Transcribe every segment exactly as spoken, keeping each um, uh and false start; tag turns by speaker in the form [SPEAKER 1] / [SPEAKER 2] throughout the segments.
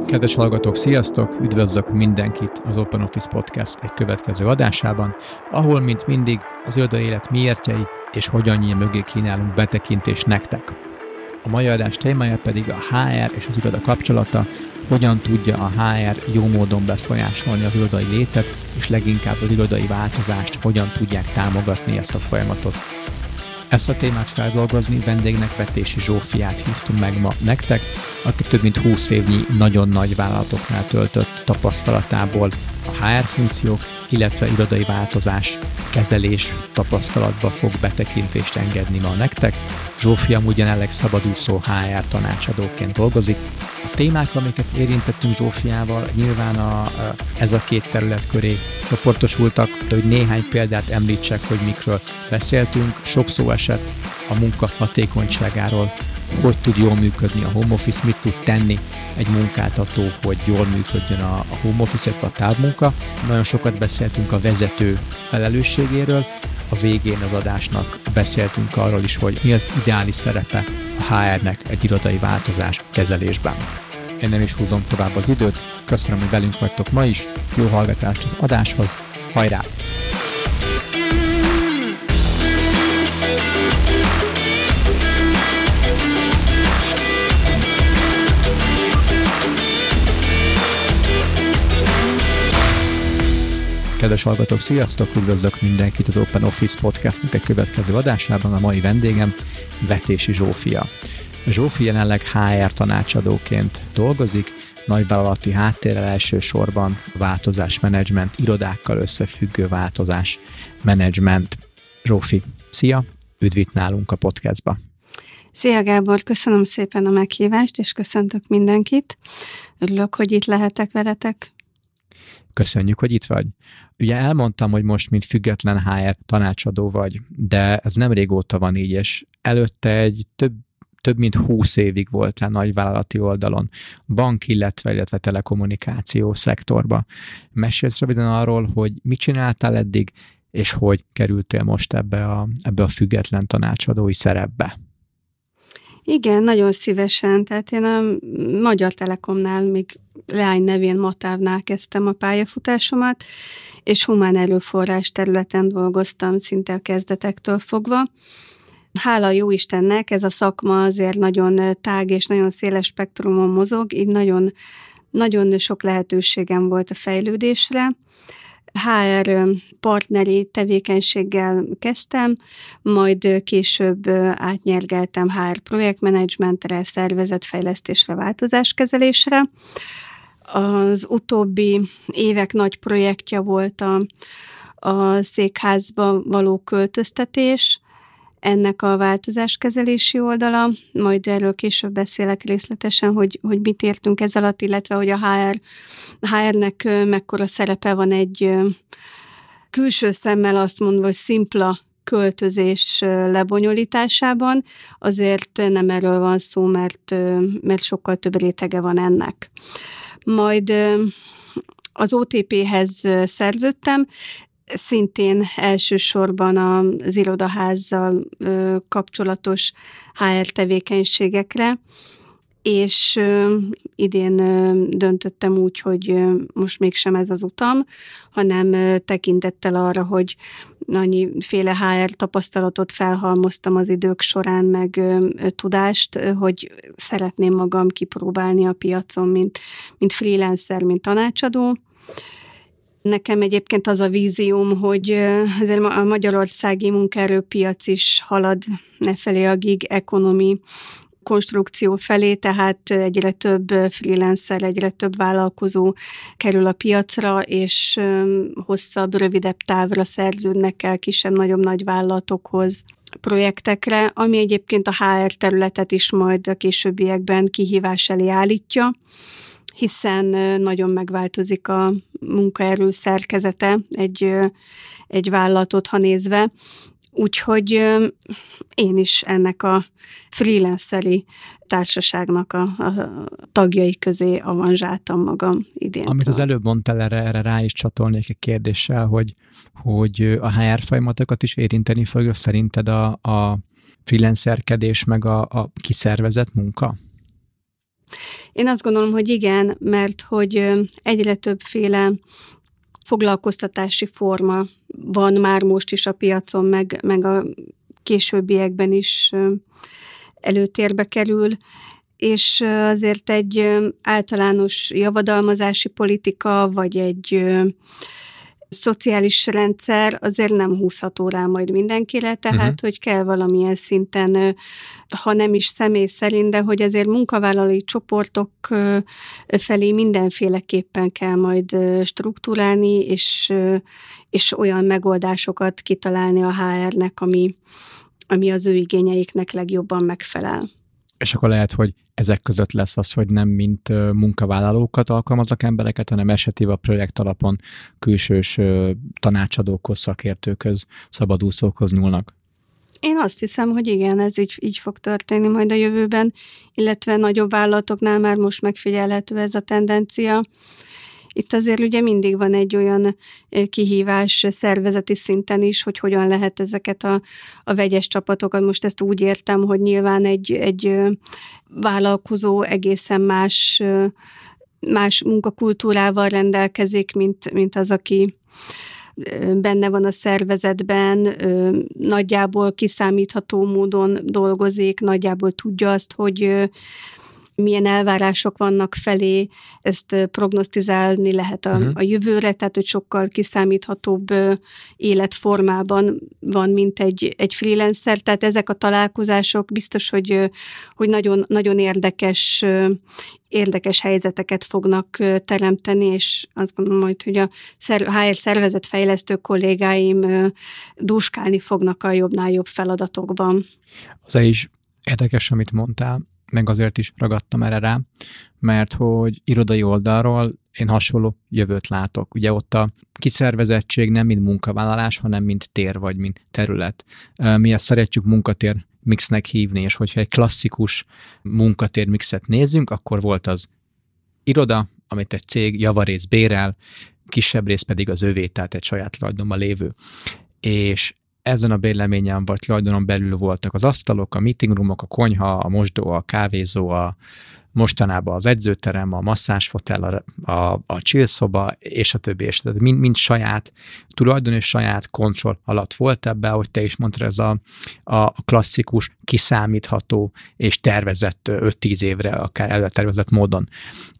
[SPEAKER 1] Kedves hallgatók, sziasztok! Üdvözlök mindenkit az Open Office Podcast egy következő adásában, ahol, mint mindig, az irodai élet miértjei és hogyan nyíl mögé kínálunk betekintést nektek. A mai adás témája pedig a há er és az iroda kapcsolata, hogyan tudja a há er jó módon befolyásolni az irodai létet, és leginkább az irodai változást, hogyan tudják támogatni ezt a folyamatot. Ezt a témát feldolgozni vendégnek Vetési Zsófiát hívtunk meg ma nektek, aki több mint húsz évnyi nagyon nagy vállalatoknál töltött tapasztalatából a há er funkciók, illetve irodai változás kezelés tapasztalatba fog betekintést engedni ma nektek. Zsófi amúgy jelenleg szabadúszó há er tanácsadóként dolgozik. A témák, amiket érintettünk Zsófiával, nyilván a, a, ez a két terület köré csoportosultak, de hogy néhány példát említsek, hogy mikről beszéltünk. Sok szó esett a munka hatékonyságáról, hogy tud jól működni a home office, mit tud tenni egy munkáltató, hogy jól működjön a, a home office, illetve a távmunka. Nagyon sokat beszéltünk a vezető felelősségéről, a végén az adásnak beszéltünk arról is, hogy mi az ideális szerepe a há ernek egy irodai változás kezelésben. Én nem is húzom tovább az időt, köszönöm, hogy velünk vagytok ma is, jó hallgatást az adáshoz, hajrá! Kedves hallgatók, sziasztok! Üdvözlök mindenkit az Open Office Podcastnak egy következő adásában. A mai vendégem Vetési Zsófia. Zsófi jelenleg há er tanácsadóként dolgozik, nagyvállalati háttérrel, elsősorban változásmenedzsment, irodákkal összefüggő változásmenedzsment. Zsófi, szia! Üdv itt nálunk a podcastba!
[SPEAKER 2] Szia Gábor, köszönöm szépen a meghívást, és köszöntök mindenkit. Örülök, hogy itt lehetek veletek.
[SPEAKER 1] Köszönjük, hogy itt vagy. Ugye elmondtam, hogy most mint független há er tanácsadó vagy, de ez nem régóta van így, és előtte egy több, több mint húsz évig voltál nagyvállalati oldalon, bank, illetve, illetve telekommunikáció szektorba. Mesélsz röviden arról, hogy mit csináltál eddig, és hogy kerültél most ebbe a, ebbe a független tanácsadói szerepbe?
[SPEAKER 2] Igen, nagyon szívesen. Tehát én a Magyar Telekomnál, még leány nevén Matávnál kezdtem a pályafutásomat, és humán erőforrás területen dolgoztam szinte a kezdetektől fogva. Hála jó Istennek, ez a szakma azért nagyon tág és nagyon széles spektrumon mozog, így nagyon, nagyon sok lehetőségem volt a fejlődésre. há er partneri tevékenységgel kezdtem, majd később átnyergeltem há er projektmenedzsmentre, szervezetfejlesztésre, változáskezelésre. Az utóbbi évek nagy projektje volt a, a székházba való költöztetés, ennek a változáskezelési oldala, majd erről később beszélek részletesen, hogy, hogy mit értünk ez alatt, illetve hogy a há er, há ernek mekkora szerepe van egy külső szemmel azt mondva, hogy szimpla költözés lebonyolításában, azért nem erről van szó, mert, mert sokkal több rétege van ennek. Majd az o té pé-hez szerződtem, szintén elsősorban az irodaházzal kapcsolatos há er tevékenységekre, és idén döntöttem úgy, hogy most mégsem ez az utam, hanem tekintettel arra, hogy annyiféle há er tapasztalatot felhalmoztam az idők során, meg tudást, hogy szeretném magam kipróbálni a piacon, mint, mint freelancer, mint tanácsadó. Nekem egyébként az a vízióm, hogy azért a magyarországi munkaerőpiac is halad nefelé a gig economy konstrukció felé, tehát egyre több freelancer, egyre több vállalkozó kerül a piacra, és hosszabb, rövidebb távra szerződnek el kisebb-nagyobb nagy vállalatokhoz, projektekre, ami egyébként a há er területet is majd a későbbiekben kihívás elé állítja, hiszen nagyon megváltozik a munkaerő szerkezete egy, egy vállalatot, ha nézve. Úgyhogy én is ennek a freelanceri társaságnak a, a tagjai közé avanzsáltam magam idén.
[SPEAKER 1] Amit az előbb mondtál, erre, erre rá is csatolnék egy kérdéssel, hogy, hogy a há er folyamatokat is érinteni fogja szerinted a, a freelancerkedés meg a, a kiszervezett munka?
[SPEAKER 2] Én azt gondolom, hogy igen, mert hogy egyre többféle foglalkoztatási forma van már most is a piacon, meg, meg a későbbiekben is előtérbe kerül, és azért egy általános javadalmazási politika, vagy egy szociális rendszer azért nem húzható rá majd mindenkire, tehát uh-huh. hogy kell valamilyen szinten, ha nem is személy szerint, de hogy azért munkavállalói csoportok felé mindenféleképpen kell majd struktúrálni, és, és olyan megoldásokat kitalálni a há er-nek, ami, ami az ő igényeiknek legjobban megfelel.
[SPEAKER 1] És akkor lehet, hogy ezek között lesz az, hogy nem mint munkavállalókat alkalmaznak embereket, hanem esetív a projekt alapon külsős tanácsadókhoz, szakértőkhöz, szabadúszókhoz nyúlnak.
[SPEAKER 2] Én azt hiszem, hogy igen, ez így, így fog történni majd a jövőben, illetve nagyobb vállalatoknál már most megfigyelhető ez a tendencia. Itt azért ugye mindig van egy olyan kihívás szervezeti szinten is, hogy hogyan lehet ezeket a, a vegyes csapatokat, most ezt úgy értem, hogy nyilván egy, egy vállalkozó egészen más, más munkakultúrával rendelkezik, mint, mint az, aki benne van a szervezetben, nagyjából kiszámítható módon dolgozik, nagyjából tudja azt, hogy milyen elvárások vannak felé, ezt prognosztizálni lehet a, uh-huh. a jövőre, tehát hogy sokkal kiszámíthatóbb életformában van, mint egy, egy freelancer, tehát ezek a találkozások biztos, hogy, hogy nagyon, nagyon érdekes, érdekes helyzeteket fognak teremteni, és azt gondolom majd, hogy a há er szervezetfejlesztő kollégáim dúskálni fognak a jobbnál jobb feladatokban.
[SPEAKER 1] Az is érdekes, amit mondtál, meg azért is ragadtam erre rá, mert hogy irodai oldalról én hasonló jövőt látok. Ugye ott a kiszervezettség nem mint munkavállalás, hanem mint tér vagy mint terület. Mi ezt szeretjük munkatér mixnek hívni, és hogyha egy klasszikus munkatér mixet nézzünk, akkor volt az iroda, amit egy cég javarész bérel, kisebb rész pedig az övé, tehát egy saját tulajdonban lévő. És ezen a bérleményen vagy tulajdonon belül voltak az asztalok, a meetingroomok, a konyha, a mosdó, a kávézó, a mostanában az edzőterem, a masszázsfotel, a, a, a chillszoba, és a többi, és tehát mind, mind saját tulajdon és saját kontroll alatt volt ebben, ahogy te is mondtad, ez a, a klasszikus, kiszámítható és tervezett öt-tíz évre, akár előtervezett módon.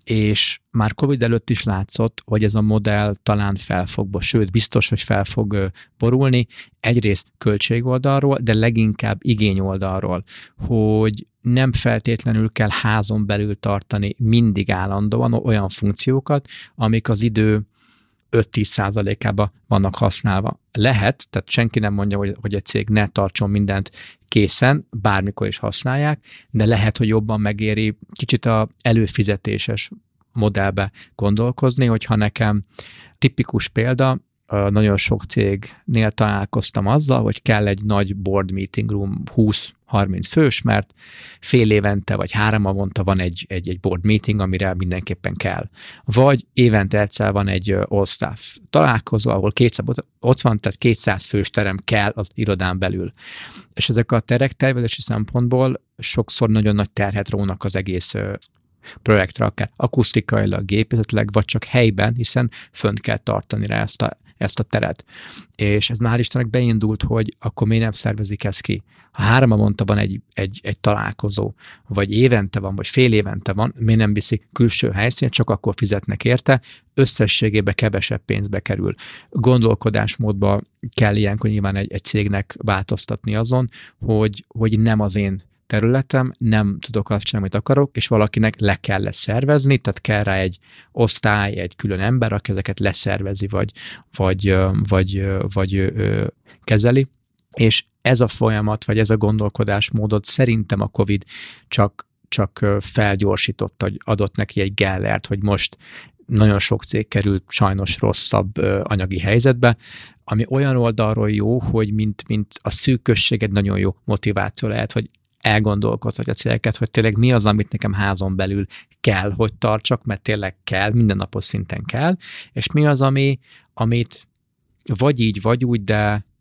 [SPEAKER 1] És már Covid előtt is látszott, hogy ez a modell talán fel fog, sőt, biztos, hogy fel fog borulni, egyrészt költségoldalról, de leginkább igényoldalról, hogy nem feltétlenül kell házon belül tartani mindig állandóan olyan funkciókat, amik az idő öt-tíz százalékában vannak használva. Lehet, tehát senki nem mondja, hogy, hogy egy cég ne tartson mindent készen, bármikor is használják, de lehet, hogy jobban megéri kicsit a előfizetéses modellbe gondolkozni, hogyha nekem tipikus példa, nagyon sok cégnél találkoztam azzal, hogy kell egy nagy board meeting room húsz-harminc fős, mert fél évente vagy három havonta van egy, egy, egy board meeting, amire mindenképpen kell. Vagy évente egyszer van egy all staff találkozó, ahol kétszáz ott van, tehát kétszáz fős terem kell az irodán belül. És ezek a terek tervezési szempontból sokszor nagyon nagy terhet rónak az egész projektre, akár akusztikailag, gépészetileg, vagy csak helyben, hiszen fönt kell tartani rá ezt a ezt a teret. És ez már hál' Istennek beindult, hogy akkor miért nem szervezik ezt ki. Ha három havonta van egy, egy, egy találkozó, vagy évente van, vagy fél évente van, miért nem viszik külső helyszín, csak akkor fizetnek érte, összességében kevesebb pénzbe kerül. Gondolkodásmódba kell ilyenkor nyilván egy, egy cégnek változtatni azon, hogy, hogy nem az én területem, nem tudok azt csinálni, amit akarok, és valakinek le kell leszervezni, tehát kell rá egy osztály, egy külön ember, aki ezeket leszervezi, vagy, vagy, vagy, vagy ö, kezeli. És ez a folyamat, vagy ez a gondolkodásmódot szerintem a Covid csak, csak felgyorsította, hogy adott neki egy gellert, hogy most nagyon sok cég került sajnos rosszabb anyagi helyzetbe, ami olyan oldalról jó, hogy mint, mint a szűkösség egy nagyon jó motiváció lehet, hogy elgondolkodhatja a cégeket, hogy tényleg mi az, amit nekem házon belül kell, hogy tartsak, mert tényleg kell, mindennapos szinten kell, és mi az, ami, amit vagy így, vagy úgy, de,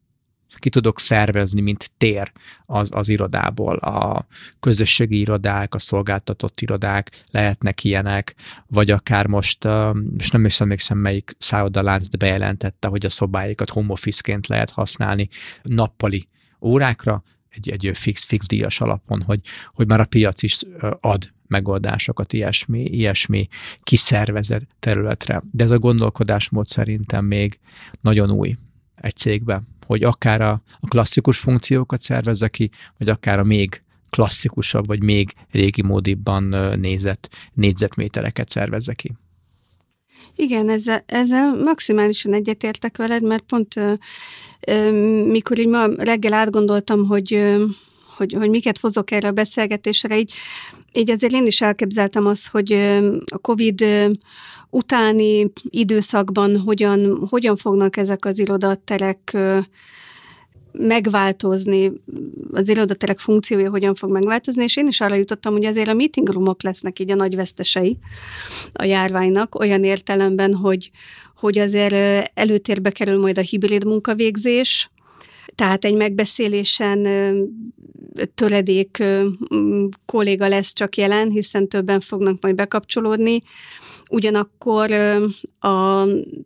[SPEAKER 1] ki tudok szervezni, mint tér az, az irodából. A közösségi irodák, a szolgáltatott irodák lehetnek ilyenek, vagy akár most, és nem is emlékszem, melyik szállodalánc, de bejelentette, hogy a szobáikat home office-ként lehet használni nappali órákra, egy, egy fix, fix díjas alapon, hogy, hogy már a piac is ad megoldásokat ilyesmi, ilyesmi kiszervezett területre. De ez a gondolkodásmód szerintem még nagyon új egy cégben, hogy akár a, a klasszikus funkciókat szervezze ki, vagy akár a még klasszikusabb, vagy még régi módibban nézett négyzetmétereket szervezze ki.
[SPEAKER 2] Igen, ezzel, ezzel maximálisan egyetértek veled, mert pont ö, ö, mikor így ma reggel átgondoltam, hogy, ö, hogy, hogy miket hozok erre a beszélgetésre, így, így azért én is elképzeltem azt, hogy ö, a Covid ö, utáni időszakban hogyan, hogyan fognak ezek az irodaterek ö, megváltozni, az irodaterek funkciója hogyan fog megváltozni, és én is arra jutottam, hogy azért a meeting roomok lesznek így a nagy vesztesei a járványnak, olyan értelemben, hogy, hogy azért előtérbe kerül majd a hibrid munkavégzés, tehát egy megbeszélésen töredék kolléga lesz csak jelen, hiszen többen fognak majd bekapcsolódni, ugyanakkor a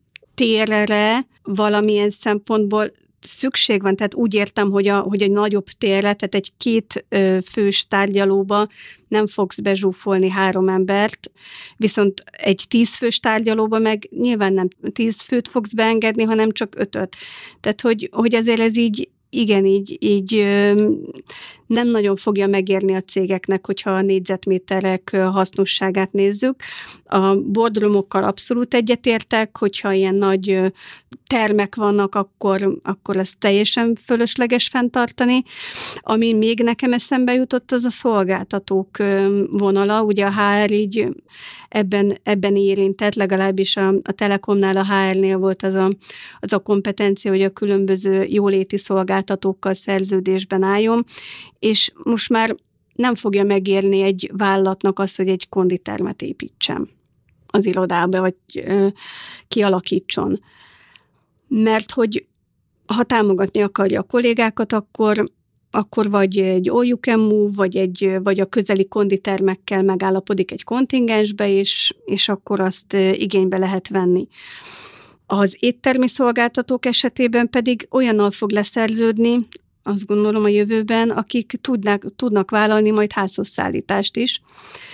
[SPEAKER 2] térre valamilyen szempontból szükség van, tehát úgy értem, hogy, a, hogy egy nagyobb térre, tehát egy két ö, fős tárgyalóba nem fogsz bezsúfolni három embert, viszont egy tíz fős tárgyalóba meg nyilván nem tíz főt fogsz beengedni, hanem csak ötöt. Tehát, hogy, hogy azért ez így, igen, így, így ö, nem nagyon fogja megérni a cégeknek, hogyha a négyzetméterek hasznosságát nézzük. A boardroomokkal abszolút egyetértek, hogyha ilyen nagy termek vannak, akkor, akkor ezt teljesen fölösleges fenntartani. Ami még nekem eszembe jutott, az a szolgáltatók vonala. Ugye a há er így ebben, ebben érintett, legalábbis a, a Telekomnál, a há er-nél volt az a, az a kompetencia, hogy a különböző jóléti szolgáltatókkal szerződésben álljon, és most már nem fogja megérni egy vállalatnak az, hogy egy konditermet építsen az irodába, vagy ö, kialakítson. Mert hogy ha támogatni akarja a kollégákat, akkor, akkor vagy egy all you can move, vagy, egy, vagy a közeli konditermekkel megállapodik egy kontingensbe, és, és akkor azt igénybe lehet venni. Az éttermi szolgáltatók esetében pedig olyannal fog leszerződni, azt gondolom a jövőben, akik tudnak, tudnak vállalni majd házhoz szállítást is,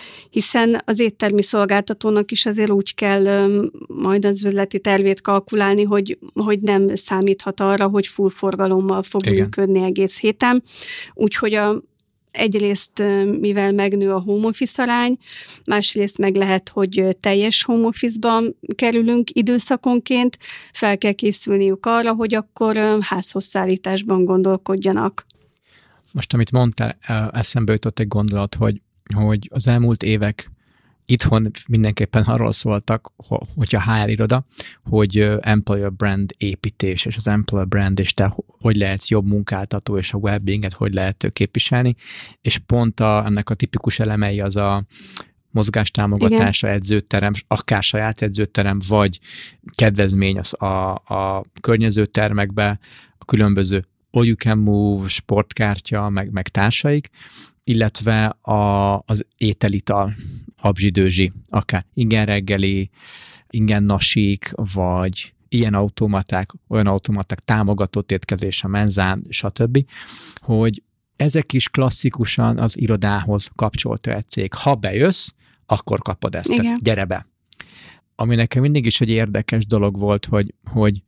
[SPEAKER 2] hiszen az éttermi szolgáltatónak is azért úgy kell majd az üzleti tervét kalkulálni, hogy, hogy nem számíthat arra, hogy full forgalommal fog Igen. működni egész héten. Úgyhogy a, egyrészt, mivel megnő a home office arány, másrészt meg lehet, hogy teljes home office-ban kerülünk időszakonként, fel kell készülniük arra, hogy akkor házhoz szállításban gondolkodjanak.
[SPEAKER 1] Most, amit mondtál, eszembe jutott egy gondolat, hogy hogy az elmúlt évek itthon mindenképpen arról szóltak, hogy a há er iroda, hogy employer brand építés, és az employer brand, és te hogy lehetsz jobb munkáltató, és a well-beinget hogy lehet képviselni, és pont a, ennek a tipikus elemei az a mozgástámogatása, Igen. edzőterem, akár saját edzőterem, vagy kedvezmény az a, a környező termekbe, a különböző all you can move, sportkártya, meg, meg társaik, illetve a, az ételital, habzsidőzsi, akár ingyen reggeli, ingyen nasik, vagy ilyen automaták, olyan automaták, támogatott étkezés a menzán, stb., hogy ezek is klasszikusan az irodához kapcsolta egy cég. Ha bejössz, akkor kapod ezt. Igen. Gyere be. Ami nekem mindig is egy érdekes dolog volt, hogy, hogy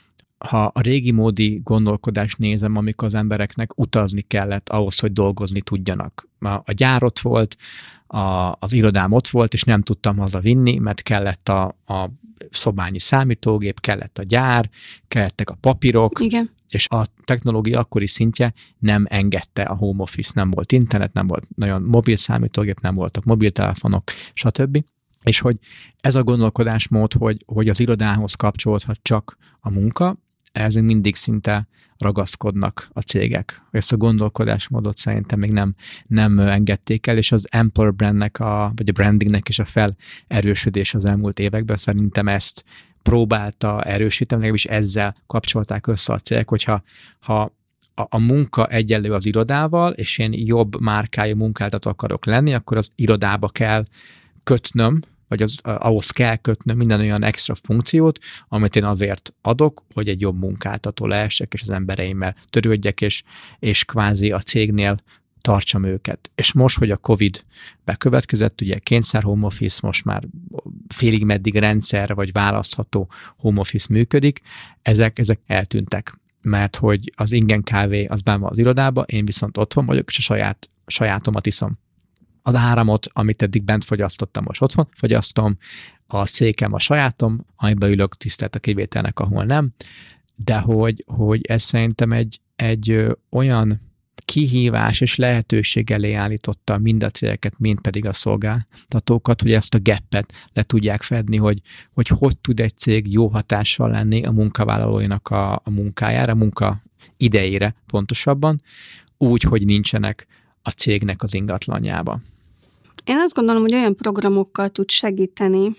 [SPEAKER 1] ha a régi módi gondolkodást nézem, amikor az embereknek utazni kellett ahhoz, hogy dolgozni tudjanak. A gyár ott volt, a, az irodám ott volt, és nem tudtam hazavinni, mert kellett a, a szobányi számítógép, kellett a gyár, kellettek a papírok,
[SPEAKER 2] Igen.
[SPEAKER 1] és a technológia akkori szintje nem engedte a home office, nem volt internet, nem volt nagyon mobil számítógép, nem voltak mobiltelefonok, stb. És hogy ez a gondolkodásmód, hogy, hogy az irodához kapcsolódhat csak a munka, ez mindig szinte ragaszkodnak a cégek. Ezt a gondolkodásmódot szerintem még nem, nem engedték el, és az employer brandnek, a, vagy a brandingnek is a felerősödés az elmúlt években szerintem ezt próbálta erősíteni, legalábbis ezzel kapcsolták össze a cégek, hogyha ha a, a munka egyenlő az irodával, és én jobb márkájú munkáltató akarok lenni, akkor az irodába kell kötnöm, vagy az, ahhoz kell kötnöm minden olyan extra funkciót, amit én azért adok, hogy egy jobb munkáltató lehessek, és az embereimmel törődjek, és, és kvázi a cégnél tartsam őket. És most, hogy a Covid bekövetkezett, ugye kényszer home office, most már félig meddig rendszer, vagy választható home office működik, ezek, ezek eltűntek. Mert hogy az ingen kávé az benn van az irodába, én viszont otthon vagyok, és a saját, sajátomat iszom. Az áramot, amit eddig bent fogyasztottam, most otthon fogyasztom, a székem a sajátom, amiben ülök, tisztelt a kivételnek, ahol nem, de hogy, hogy ez szerintem egy, egy ö, olyan kihívás és lehetőség elé állította mind a cégeket, mind pedig a szolgáltatókat, hogy ezt a gappet le tudják fedni, hogy hogy, hogy tud egy cég jó hatással lenni a munkavállalóinak a, a munkájára, a munka idejére pontosabban, úgy, hogy nincsenek a cégnek az ingatlanjába.
[SPEAKER 2] Én azt gondolom, hogy olyan programokkal tud segíteni,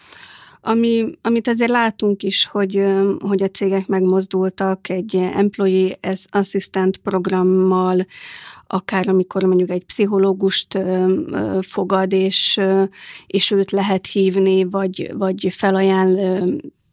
[SPEAKER 2] ami, amit azért látunk is, hogy, hogy a cégek megmozdultak egy Employee Assistant programmal, akár amikor mondjuk egy pszichológust fogad, és, és őt lehet hívni, vagy, vagy felajánl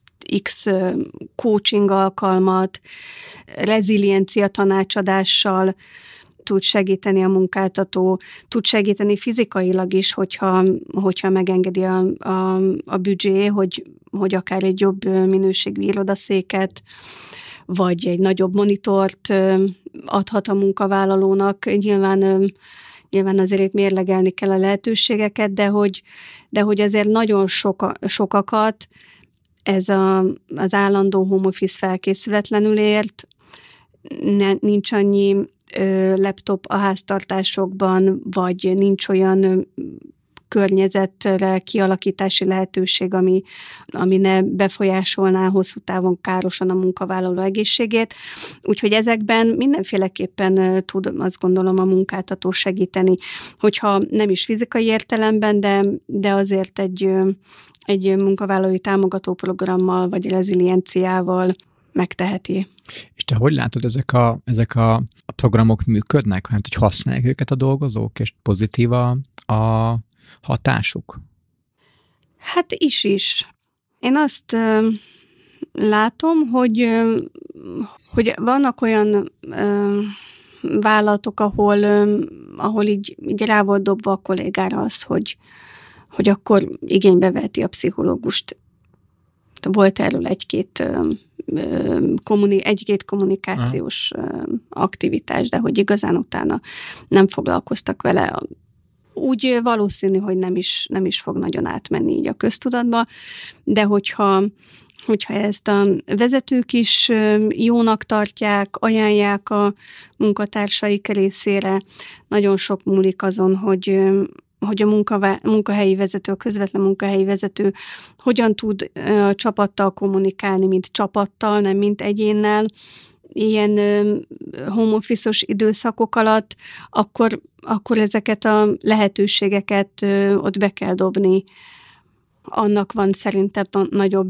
[SPEAKER 2] X coaching alkalmat, reziliencia tanácsadással tud segíteni a munkáltató, tud segíteni fizikailag is, hogyha, hogyha megengedi a, a, a büdzsé, hogy, hogy akár egy jobb minőségű irodaszéket, vagy egy nagyobb monitort adhat a munkavállalónak. Nyilván, nyilván azért itt mérlegelni kell a lehetőségeket, de hogy, de hogy azért nagyon soka, sokakat ez a, az állandó home office felkészületlenül ért, ne, nincs annyi laptop a háztartásokban, vagy nincs olyan környezetre kialakítási lehetőség, ami, ami ne befolyásolná hosszú távon károsan a munkavállaló egészségét. Úgyhogy ezekben mindenféleképpen tud, azt gondolom, a munkáltató segíteni, hogyha nem is fizikai értelemben, de, de azért egy, egy munkavállalói támogató programmal, vagy rezilienciával megteheti.
[SPEAKER 1] És te hogy látod, ezek a, ezek a programok működnek? Hát, hogy használják őket a dolgozók, és pozitív a, a hatásuk?
[SPEAKER 2] Hát is is. Én azt ö, látom, hogy, ö, hogy vannak olyan ö, vállalatok, ahol, ö, ahol így, így rá volt dobva a kollégára az, hogy, hogy akkor igénybe veheti a pszichológust. Volt erről egy-két ö, Kommuni- egy-két kommunikációs Aha. aktivitás, de hogy igazán utána nem foglalkoztak vele. Úgy valószínű, hogy nem is, nem is fog nagyon átmenni így a köztudatba, de hogyha, hogyha ezt a vezetők is jónak tartják, ajánlják a munkatársaik részére, nagyon sok múlik azon, hogy hogy a munka, munkahelyi vezető, a közvetlen munkahelyi vezető hogyan tud a csapattal kommunikálni, mint csapattal, nem mint egyénnel, ilyen home office-os időszakok alatt, akkor, akkor ezeket a lehetőségeket ott be kell dobni. Annak van szerintem nagyobb,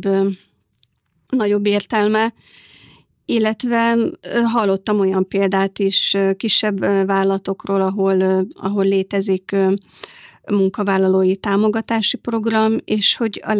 [SPEAKER 2] nagyobb értelme, illetve hallottam olyan példát is kisebb vállalatokról, ahol, ahol létezik munkavállalói támogatási program, és hogy a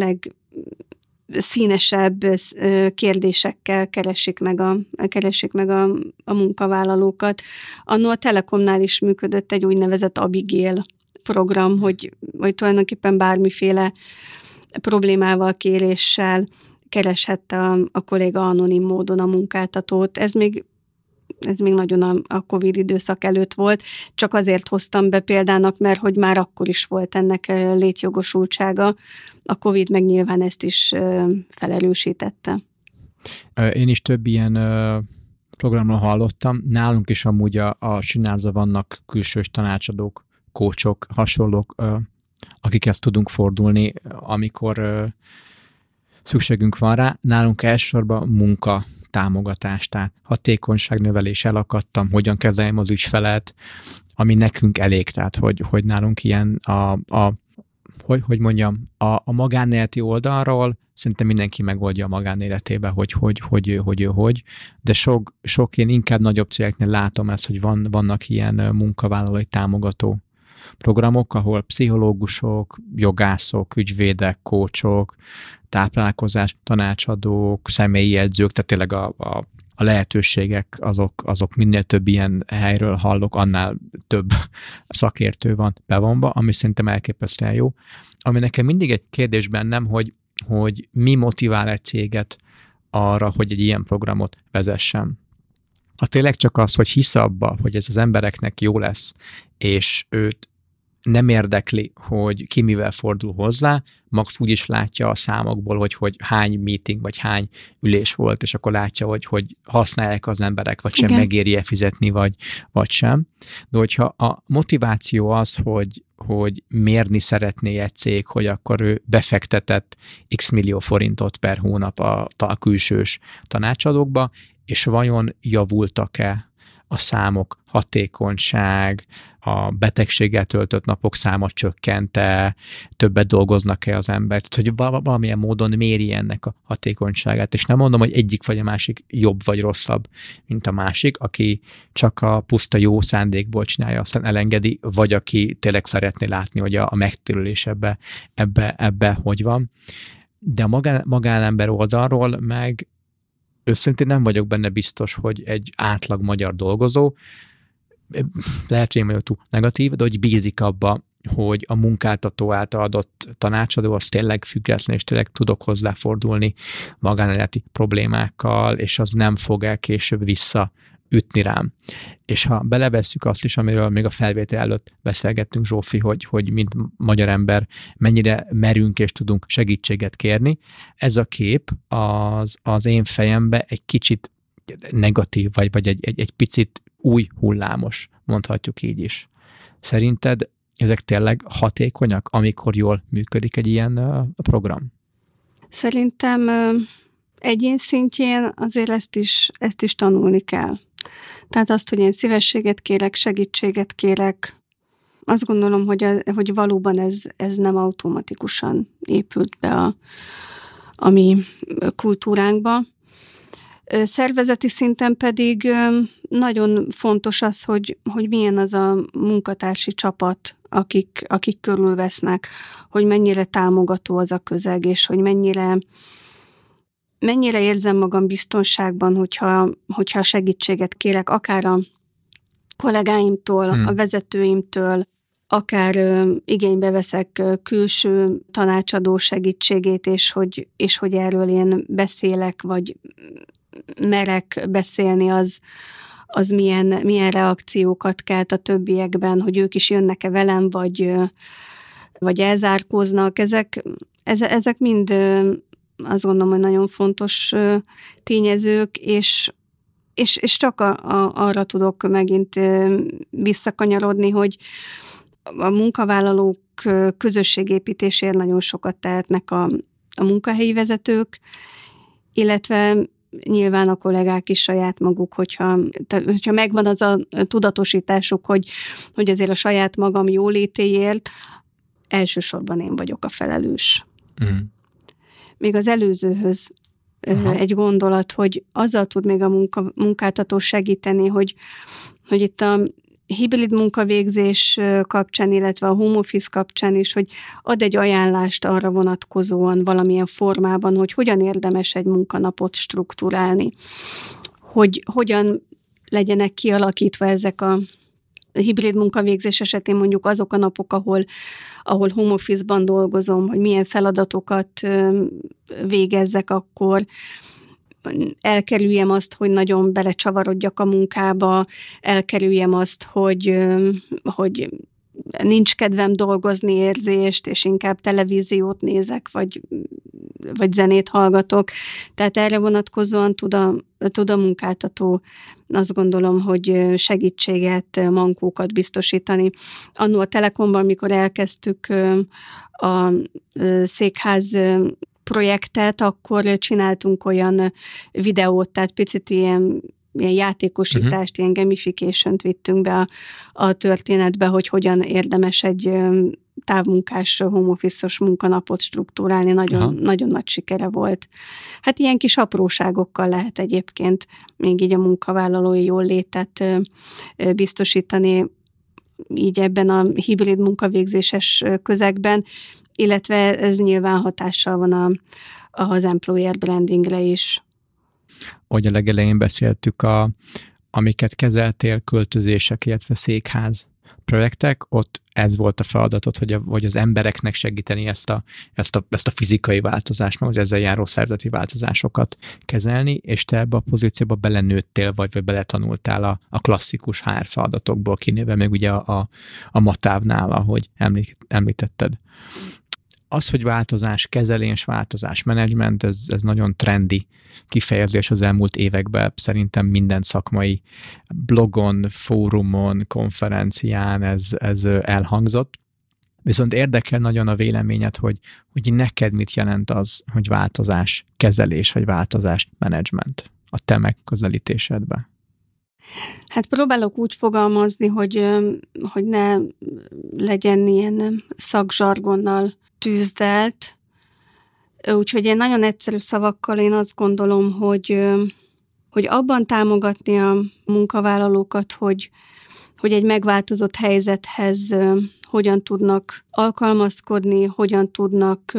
[SPEAKER 2] legszínesebb kérdésekkel keresik meg a, keresik meg a, a munkavállalókat. Annó a Telekomnál is működött egy úgynevezett Abigail program, hogy, hogy tulajdonképpen bármiféle problémával, kéréssel kereshette a, a kolléga anonim módon a munkáltatót. Ez még, ez még nagyon a, a Covid időszak előtt volt. Csak azért hoztam be példának, mert hogy már akkor is volt ennek létjogosultsága. A Covid meg nyilván ezt is felerősítette.
[SPEAKER 1] Én is több ilyen programról hallottam. Nálunk is amúgy a, a Csinálza vannak külsős tanácsadók, kócsok, hasonlók, akikhez tudunk fordulni, amikor szükségünk van rá. Nálunk elsősorban munka támogatás, tehát hatékonyságnövelés, elakadtam, hogyan kezeljem az ügyfelet, ami nekünk elég, tehát hogy, hogy nálunk ilyen a, a hogy, hogy mondjam, a, a magánéleti oldalról szerintem mindenki megoldja a magánéletébe, hogy hogy, hogy, hogy, hogy, hogy, de sok, sok én inkább nagyobb cégeknél látom ezt, hogy van, vannak ilyen munkavállalói támogató programok, ahol pszichológusok, jogászok, ügyvédek, kócsok, táplálkozás, tanácsadók, személyi edzők, tehát tényleg a, a, a lehetőségek, azok, azok minél több ilyen helyről hallok, annál több szakértő van bevonva, ami szerintem elképesztően jó. Ami nekem mindig egy kérdés bennem, hogy, hogy mi motivál egy céget arra, hogy egy ilyen programot vezessen. Ha tényleg csak az, hogy hisz abba, hogy ez az embereknek jó lesz, és őt nem érdekli, hogy ki mivel fordul hozzá, max úgy is látja a számokból, hogy, hogy hány meeting, vagy hány ülés volt, és akkor látja, hogy, hogy használják az emberek, vagy sem megéri-e fizetni, vagy, vagy sem. De hogyha a motiváció az, hogy, hogy mérni szeretné egy cég, hogy akkor ő befektetett x millió forintot per hónap a, a külsős tanácsadókba, és vajon javultak-e a számok, hatékonyság, a betegséggel töltött napok száma csökkente, többet dolgoznak-e az ember, tehát hogy valamilyen módon méri ennek a hatékonyságát, és nem mondom, hogy egyik vagy a másik jobb vagy rosszabb, mint a másik, aki csak a puszta jó szándékból csinálja, aztán elengedi, vagy aki tényleg szeretné látni, hogy a, a megtérülés ebbe, ebbe, ebbe hogy van. De a magán, magánember oldalról meg őszintén nem vagyok benne biztos, hogy egy átlag magyar dolgozó, lehet, hogy én vagyok túl negatív, de hogy bízik abba, hogy a munkáltató által adott tanácsadó az tényleg független, és tényleg tudok hozzáfordulni magánéleti problémákkal, és az nem fog el később visszaütni rám. És ha belevesszük azt is, amiről még a felvétel előtt beszélgettünk, Zsófi, hogy, hogy mint magyar ember mennyire merünk és tudunk segítséget kérni, ez a kép az, az én fejembe egy kicsit negatív, vagy, vagy egy, egy, egy picit új hullámos, mondhatjuk így is. Szerinted ezek tényleg hatékonyak, amikor jól működik egy ilyen uh, program?
[SPEAKER 2] Szerintem uh, egyén szintjén azért ezt is, ezt is tanulni kell. Tehát azt, hogy én szívességet kérek, segítséget kérek, azt gondolom, hogy, a, hogy valóban ez, ez nem automatikusan épült be a, a mi kultúránkba. Szervezeti szinten pedig nagyon fontos az, hogy, hogy milyen az a munkatársi csapat, akik, akik körülvesznek, hogy mennyire támogató az a közeg, és hogy mennyire, mennyire érzem magam biztonságban, hogyha, hogyha segítséget kérek, akár a kollégáimtól, hmm. a vezetőimtől, akár ö, igénybe veszek ö, külső tanácsadó segítségét, és hogy, és hogy erről én beszélek, vagy merek beszélni, az, az milyen, milyen reakciókat kelt a többiekben, hogy ők is jönnek-e velem, vagy, vagy elzárkóznak. Ezek, ezek mind azt gondolom, hogy nagyon fontos tényezők, és, és, és csak a, a, arra tudok megint visszakanyarodni, hogy a munkavállalók közösségépítésért nagyon sokat tehetnek a, a munkahelyi vezetők, illetve nyilván a kollégák is saját maguk, hogyha, hogyha megvan az a tudatosításuk, hogy, hogy azért a saját magam jólétéért elsősorban én vagyok a felelős. Mm. Még az előzőhöz Aha. egy gondolat, hogy azzal tud még a munka, munkáltató segíteni, hogy, hogy itt a hibrid munkavégzés kapcsán, illetve a home office kapcsán is, hogy ad egy ajánlást arra vonatkozóan valamilyen formában, hogy hogyan érdemes egy munkanapot strukturálni, hogy hogyan legyenek kialakítva ezek a hibrid munkavégzés esetén mondjuk azok a napok, ahol, ahol home office-ban dolgozom, hogy milyen feladatokat végezzek akkor, elkerüljem azt, hogy nagyon belecsavarodjak a munkába, elkerüljem azt, hogy, hogy nincs kedvem dolgozni érzést, és inkább televíziót nézek, vagy, vagy zenét hallgatok. Tehát erre vonatkozóan tud a, tud a munkáltató, azt gondolom, hogy segítséget, mankókat biztosítani. Annó a Telekomban, amikor elkezdtük a székház projektet, akkor csináltunk olyan videót, tehát picit ilyen ilyen játékosítást, uh-huh. ilyen gamification-t vittünk be a, a történetbe, hogy hogyan érdemes egy távmunkás, home office-os munkanapot struktúrálni, nagyon, nagyon nagy sikere volt. Hát ilyen kis apróságokkal lehet egyébként még így a munkavállalói jól létet biztosítani, így ebben a hibrid munkavégzéses közegben, illetve ez nyilván hatással van a, az employer brandingre is.
[SPEAKER 1] Ahogy a legelején beszéltük, a, amiket kezeltél, költözések, illetve székház projektek, ott ez volt a feladatod, hogy, a, hogy az embereknek segíteni ezt a, ezt, a, ezt a fizikai változást, meg az ezzel járó szervezeti változásokat kezelni, és te ebbe a pozícióba belenőttél, vagy, vagy beletanultál a, a klasszikus há er feladatokból, kinéve meg ugye a, a, a Matávnál, ahogy említ, említetted. Az, hogy változás, kezelés, változás, menedzsment, ez, ez nagyon trendi kifejezés az elmúlt években. Szerintem minden szakmai blogon, fórumon, konferencián ez, ez elhangzott. Viszont érdekel nagyon a véleményed, hogy, hogy neked mit jelent az, hogy változás, kezelés, vagy változás, menedzsment a te megközelítésedben.
[SPEAKER 2] Hát próbálok úgy fogalmazni, hogy, hogy ne legyen ilyen szakzsargonnal tűzdelt. Úgyhogy én nagyon egyszerű szavakkal én azt gondolom, hogy, hogy abban támogatni a munkavállalókat, hogy, hogy egy megváltozott helyzethez hogyan tudnak alkalmazkodni, hogyan tudnak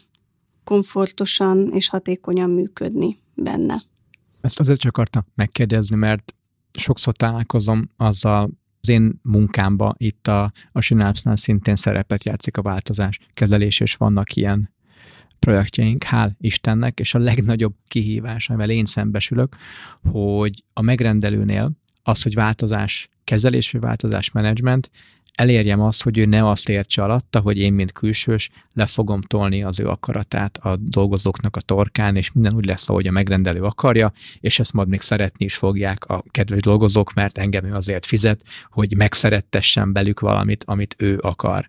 [SPEAKER 2] komfortosan és hatékonyan működni benne.
[SPEAKER 1] Ezt azért csak akartam megkérdezni, mert sokszor találkozom azzal, az én munkámban itt a, a Synapse-nál szintén szerepet játszik a változás kezelés, és vannak ilyen projektjeink, hál' Istennek, és a legnagyobb kihívás, amivel én szembesülök, hogy a megrendelőnél az, hogy változás kezelés, vagy változás menedzsment, elérjem azt, hogy ő ne azt értse alatta, hogy én, mint külsős, le fogom tolni az ő akaratát a dolgozóknak a torkán, és minden úgy lesz, ahogy a megrendelő akarja, és ezt majd még szeretni is fogják a kedves dolgozók, mert engem ő azért fizet, hogy megszerettessen belük valamit, amit ő akar.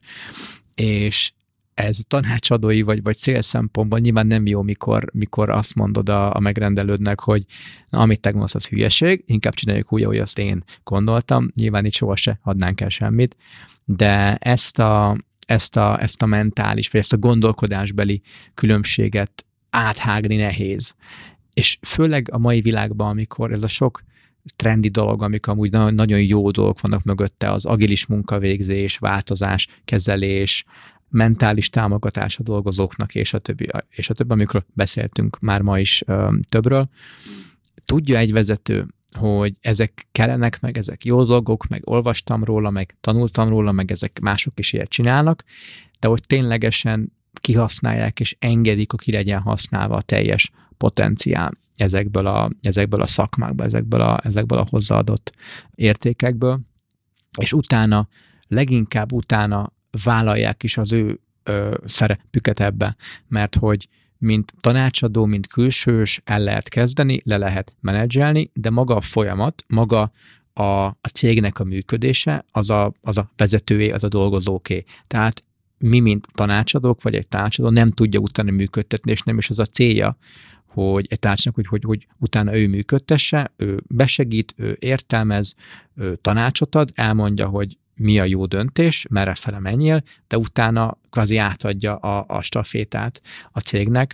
[SPEAKER 1] És ez tanácsadói vagy, vagy célszempontból nyilván nem jó, mikor, mikor azt mondod a, a megrendelődnek, hogy na, amit te gondolsz, az hülyeség, inkább csináljuk úgy, ahogy azt én gondoltam. Nyilván itt soha se adnánk el semmit, de ezt a, ezt a, ezt a mentális, vagy ezt a gondolkodásbeli különbséget áthágni nehéz. És főleg a mai világban, amikor ez a sok trendi dolog, amik amúgy nagyon jó dolgok vannak mögötte, az agilis munkavégzés, változás, kezelés, mentális támogatás a dolgozóknak, és a többi, és a többi, amikor beszéltünk már ma is ö, többről. Tudja egy vezető, hogy ezek kellenek, meg ezek jó dolgok, meg olvastam róla, meg tanultam róla, meg ezek mások is ilyet csinálnak, de hogy ténylegesen kihasználják, és engedik, hogy ki legyen használva a teljes potenciál ezekből a, ezekből a szakmákból, ezekből a, ezekből a hozzáadott értékekből, és utána, leginkább utána vállalják is az ő ö, szerepüket ebbe, mert hogy mint tanácsadó, mint külsős el lehet kezdeni, le lehet menedzselni, de maga a folyamat, maga a, a cégnek a működése, az a, az a vezetőé, az a dolgozóké. Tehát mi, mint tanácsadók, vagy egy tanácsadó nem tudja utána működtetni, és nem is az a célja, hogy egy tanácsnak, hogy, hogy, hogy utána ő működtesse, ő besegít, ő értelmez, ő tanácsot ad, elmondja, hogy mi a jó döntés, merre fele menjél, de utána kvázi átadja a, a stafétát a cégnek,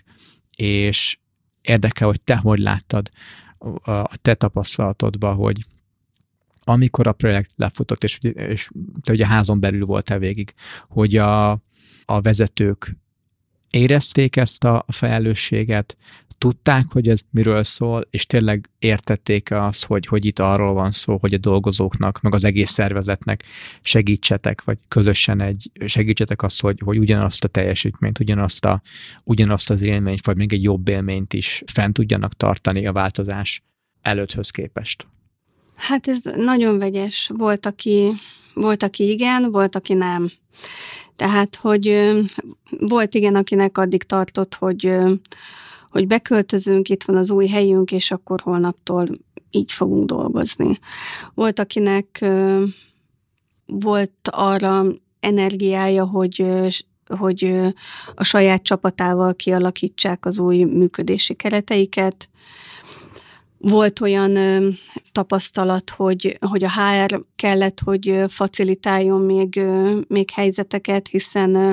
[SPEAKER 1] és érdekel, hogy te hogy láttad a, a te tapasztalatodban, hogy amikor a projekt lefutott, és, és te ugye házon belül voltál végig, hogy a, a vezetők érezték ezt a felelősséget, tudták, hogy ez miről szól, és tényleg értették azt, hogy, hogy itt arról van szó, hogy a dolgozóknak, meg az egész szervezetnek segítsetek, vagy közösen egy, segítsetek azt, hogy, hogy ugyanazt a teljesítményt, ugyanazt, a, ugyanazt az élményt, vagy még egy jobb élményt is fent tudjanak tartani a változás előtthöz képest.
[SPEAKER 2] Hát ez nagyon vegyes. Volt, aki, volt, aki igen, volt, aki nem. Tehát, hogy volt igen, akinek addig tartott, hogy hogy beköltözünk, itt van az új helyünk, és akkor holnaptól így fogunk dolgozni. Volt, akinek volt arra energiája, hogy, hogy a saját csapatával kialakítsák az új működési kereteiket. Volt olyan ö, tapasztalat, hogy, hogy a há er kellett, hogy facilitáljon még, ö, még helyzeteket, hiszen ö,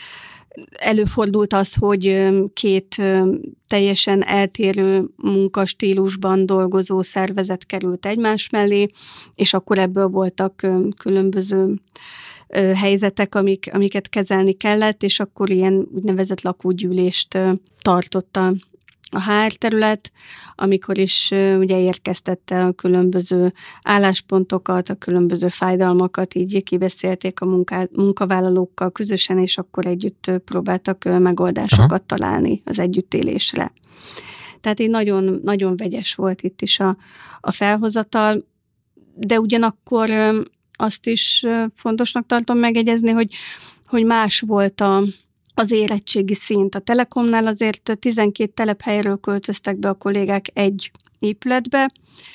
[SPEAKER 2] előfordult az, hogy két teljesen eltérő munkastílusban dolgozó szervezet került egymás mellé, és akkor ebből voltak különböző helyzetek, amik, amiket kezelni kellett, és akkor ilyen úgynevezett lakógyűlést tartotta a há er terület, amikor is ugye érkeztette a különböző álláspontokat, a különböző fájdalmakat, így kibeszélték a munká, munkavállalókkal közösen, és akkor együtt próbáltak megoldásokat Aha. találni az együttélésre. Tehát így nagyon, nagyon vegyes volt itt is a, a felhozatal, de ugyanakkor azt is fontosnak tartom megjegyezni, hogy, hogy más volt a az érettségi szint. A Telekomnál azért tizenkét telephelyről költöztek be a kollégák egy épületbe,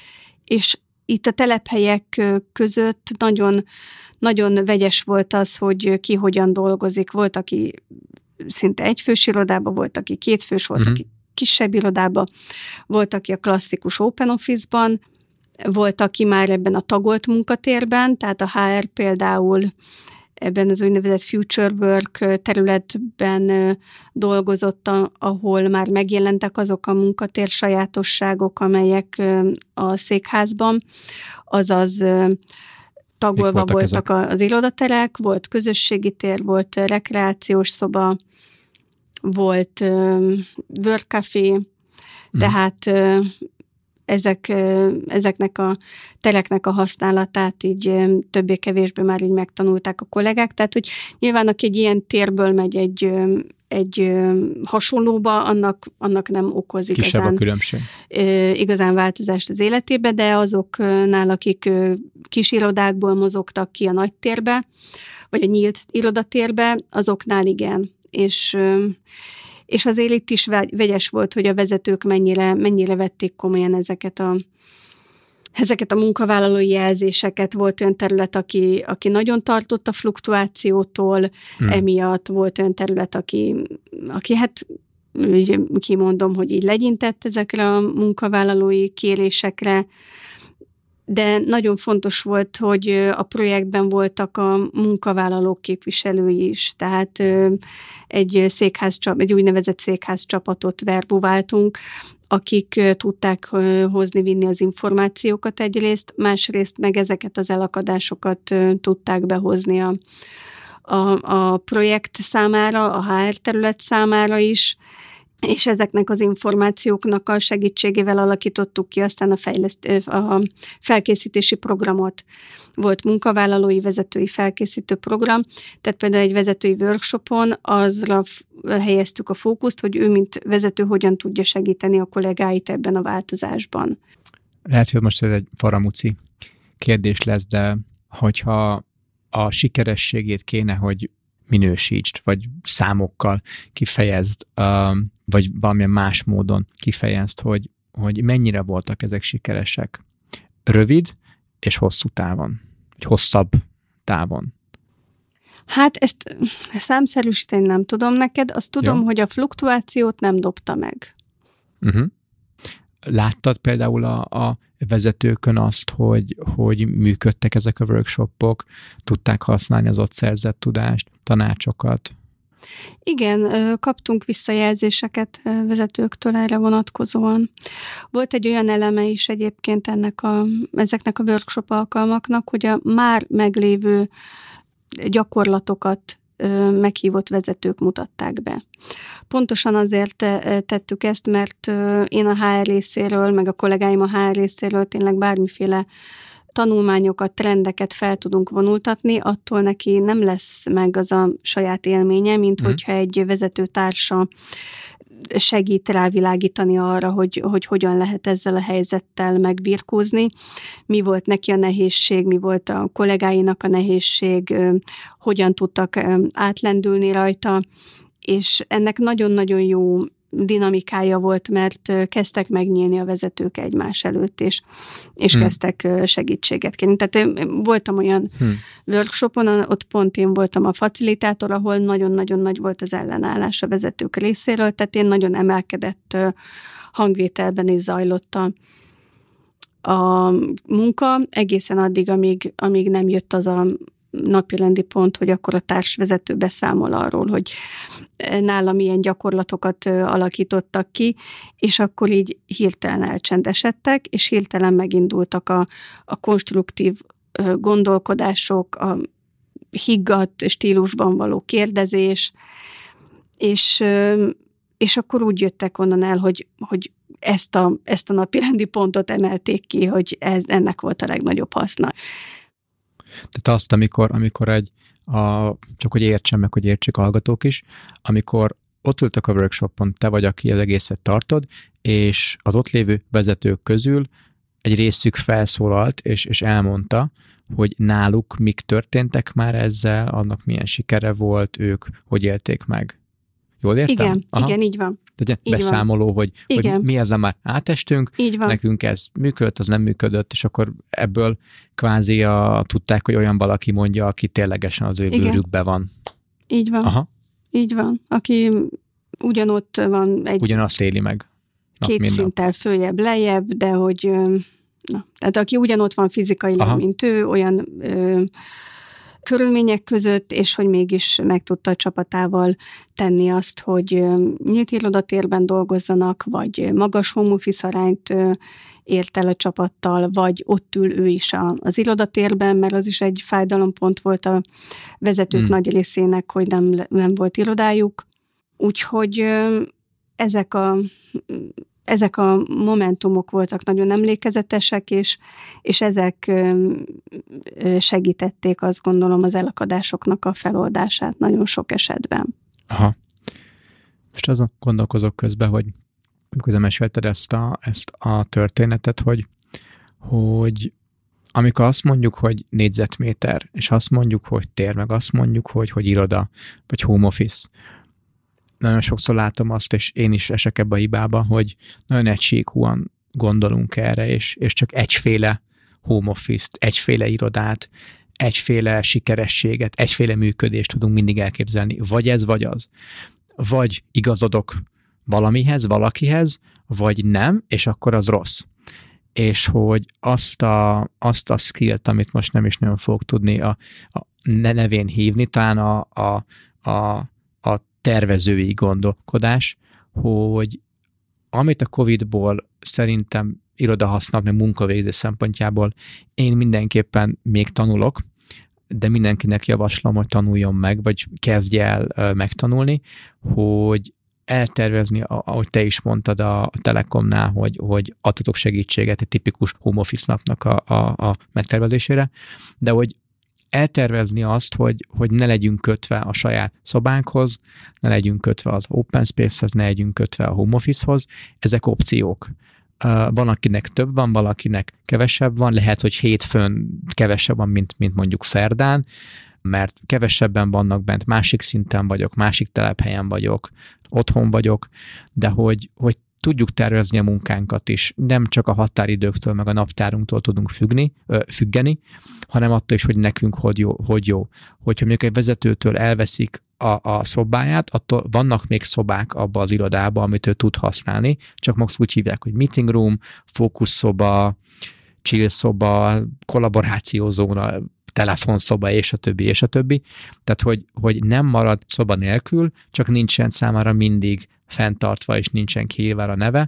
[SPEAKER 2] és itt a telephelyek között nagyon, nagyon vegyes volt az, hogy ki hogyan dolgozik. Volt, aki szinte egyfős irodába, volt, aki kétfős, volt, uh-huh. aki kisebb irodába, volt, aki a klasszikus open office-ban, volt, aki már ebben a tagolt munkatérben, tehát a há er például ebben az úgynevezett future work területben dolgozott, ahol már megjelentek azok a munkatér sajátosságok, amelyek a székházban, azaz tagolva voltak, voltak az irodaterek, volt közösségi tér, volt rekreációs szoba, volt work café, hmm. tehát Ezek, ezeknek a tereknek a használatát így többé-kevésbé már így megtanulták a kollégák, tehát hogy nyilván aki egy ilyen térből megy egy, egy hasonlóba, annak, annak nem okoz igazán, igazán változást az életébe, de azoknál, akik kis irodákból mozogtak ki a nagy térbe, vagy a nyílt irodatérbe, azoknál igen, és És azért itt is vegyes volt, hogy a vezetők mennyire, mennyire vették komolyan ezeket a, ezeket a munkavállalói jelzéseket. Volt olyan terület, aki, aki nagyon tartott a fluktuációtól, hmm. emiatt volt olyan terület, aki, aki hát úgy kimondom, hogy így legyintett ezekre a munkavállalói kérésekre, de nagyon fontos volt, hogy a projektben voltak a munkavállalók képviselői is, tehát egy székház, egy úgynevezett székház csapatot verbuváltunk, akik tudták hozni, vinni az információkat egyrészt, másrészt meg ezeket az elakadásokat tudták behozni a, a, a projekt számára, a há er terület számára is, és ezeknek az információknak a segítségével alakítottuk ki aztán a, fejleszt, a felkészítési programot. Volt munkavállalói, vezetői felkészítő program, tehát például egy vezetői workshopon azra helyeztük a fókuszt, hogy ő, mint vezető, hogyan tudja segíteni a kollégáit ebben a változásban.
[SPEAKER 1] Lehet, hogy most ez egy faramúci kérdés lesz, de hogyha a sikerességét kéne, hogy minősítsd, vagy számokkal kifejezd, vagy valamilyen más módon kifejezd, hogy, hogy mennyire voltak ezek sikeresek. Rövid és hosszú távon, vagy hosszabb távon.
[SPEAKER 2] Hát ezt számszerűsíteni nem tudom neked, azt tudom, Jó. hogy a fluktuációt nem dobta meg.
[SPEAKER 1] Uh-huh. Láttad például a, a vezetőkön azt, hogy, hogy működtek ezek a workshopok, tudták használni az ott szerzett tudást, tanácsokat?
[SPEAKER 2] Igen, kaptunk visszajelzéseket vezetőktől erre vonatkozóan. Volt egy olyan eleme is egyébként ennek a, ezeknek a workshop alkalmaknak, hogy a már meglévő gyakorlatokat meghívott vezetők mutatták be. Pontosan azért tettük ezt, mert én a há er részéről, meg a kollégáim a há er részéről tényleg bármiféle tanulmányokat, trendeket fel tudunk vonultatni, attól neki nem lesz meg az a saját élménye, mint mm. hogyha egy vezetőtársa segít rávilágítani arra, hogy, hogy hogyan lehet ezzel a helyzettel megbirkózni, mi volt neki a nehézség, mi volt a kollégáinak a nehézség, hogyan tudtak átlendülni rajta, és ennek nagyon-nagyon jó dinamikája volt, mert kezdtek megnyílni a vezetők egymás előtt, és, és hmm. kezdtek segítséget kérni. Tehát én voltam olyan hmm. workshopon, ott pont én voltam a facilitátor, ahol nagyon-nagyon nagy volt az ellenállás a vezetők részéről, tehát én nagyon emelkedett hangvételben is zajlott a, a munka egészen addig, amíg, amíg nem jött az a napirendi pont, hogy akkor a társvezető beszámol arról, hogy nála milyen gyakorlatokat alakítottak ki, és akkor így hirtelen elcsendesedtek, és hirtelen megindultak a, a konstruktív gondolkodások, a higgadt stílusban való kérdezés, és, és akkor úgy jöttek onnan el, hogy, hogy ezt a, ezt a napirendi pontot emelték ki, hogy ez, ennek volt a legnagyobb haszna.
[SPEAKER 1] Tehát azt, amikor, amikor egy, a, csak hogy értsem meg, hogy értsék a hallgatók is, amikor ott ültek a workshopon, te vagy, aki az egészet tartod, és az ott lévő vezetők közül egy részük felszólalt, és, és elmondta, hogy náluk mik történtek már ezzel, annak milyen sikere volt, ők hogy élték meg. Jól értem?
[SPEAKER 2] Igen,
[SPEAKER 1] Aha.
[SPEAKER 2] igen, így van.
[SPEAKER 1] Tehát
[SPEAKER 2] így
[SPEAKER 1] beszámoló,
[SPEAKER 2] van.
[SPEAKER 1] hogy,
[SPEAKER 2] hogy
[SPEAKER 1] mi ezzel már átestünk, nekünk ez működött, az nem működött, és akkor ebből kvázi a, tudták, hogy olyan valaki mondja, aki ténylegesen az ő igen. bőrükbe van.
[SPEAKER 2] Így van.
[SPEAKER 1] Aha.
[SPEAKER 2] Így van. Aki ugyanott van egy...
[SPEAKER 1] Ugyanazt éli meg.
[SPEAKER 2] Két szinttel följebb, lejjebb, de hogy... Na, tehát aki ugyanott van fizikailag, aha. mint ő, olyan... Ö, körülmények között, és hogy mégis meg tudta a csapatával tenni azt, hogy nyílt irodatérben dolgozzanak, vagy magas home office arányt ért el a csapattal, vagy ott ül ő is az irodatérben, mert az is egy fájdalompont volt a vezetők hmm. nagy részének, hogy nem, nem volt irodájuk. Úgyhogy ezek a Ezek a momentumok voltak nagyon emlékezetesek, és, és ezek segítették, azt gondolom, az elakadásoknak a feloldását nagyon sok esetben.
[SPEAKER 1] Aha. Most azon gondolkozok közben, hogy amikor mesélted ezt a, ezt a történetet, hogy, hogy amikor azt mondjuk, hogy négyzetméter, és azt mondjuk, hogy tér, meg azt mondjuk, hogy, hogy iroda, vagy home office, nagyon sokszor látom azt, és én is esek ebbe a hibába, hogy nagyon egységhúan gondolunk erre, és, és csak egyféle home office-t, egyféle irodát, egyféle sikerességet, egyféle működést tudunk mindig elképzelni. Vagy ez, vagy az. Vagy igazodok valamihez, valakihez, vagy nem, és akkor az rossz. És hogy azt a, azt a skillt, amit most nem is nagyon fogok tudni a, a nevén hívni, talán a, a, a tervezői gondolkodás, hogy amit a Covidból szerintem irodahasználat, meg munkavégzés szempontjából én mindenképpen még tanulok, de mindenkinek javaslom, hogy tanuljon meg, vagy kezdje el megtanulni, hogy eltervezni, ahogy te is mondtad a Telekomnál, hogy, hogy adhatok segítséget egy tipikus home office napnak a, a, a megtervezésére, de hogy eltervezni azt, hogy, hogy ne legyünk kötve a saját szobánkhoz, ne legyünk kötve az open space-hez, ne legyünk kötve a home office-hoz, ezek opciók. Van, akinek több van, valakinek kevesebb van, lehet, hogy hétfőn kevesebb van, mint, mint mondjuk szerdán, mert kevesebben vannak bent, másik szinten vagyok, másik telephelyen vagyok, otthon vagyok, de hogy, hogy tudjuk tervezni a munkánkat is. Nem csak a határidőktől, meg a naptárunktól tudunk függni, függeni, hanem attól is, hogy nekünk hogy jó. Hogy jó. Hogyha mondjuk egy vezetőtől elveszik a, a szobáját, attól vannak még szobák abba az irodába, amit ő tud használni, csak max úgy hívják, hogy meeting room, fókuszszoba, chill szoba, kollaborációzóna, telefonszoba, és a többi, és a többi. Tehát, hogy, hogy nem marad szoba nélkül, csak nincsen számára mindig fenntartva, és nincsen kiírva a neve,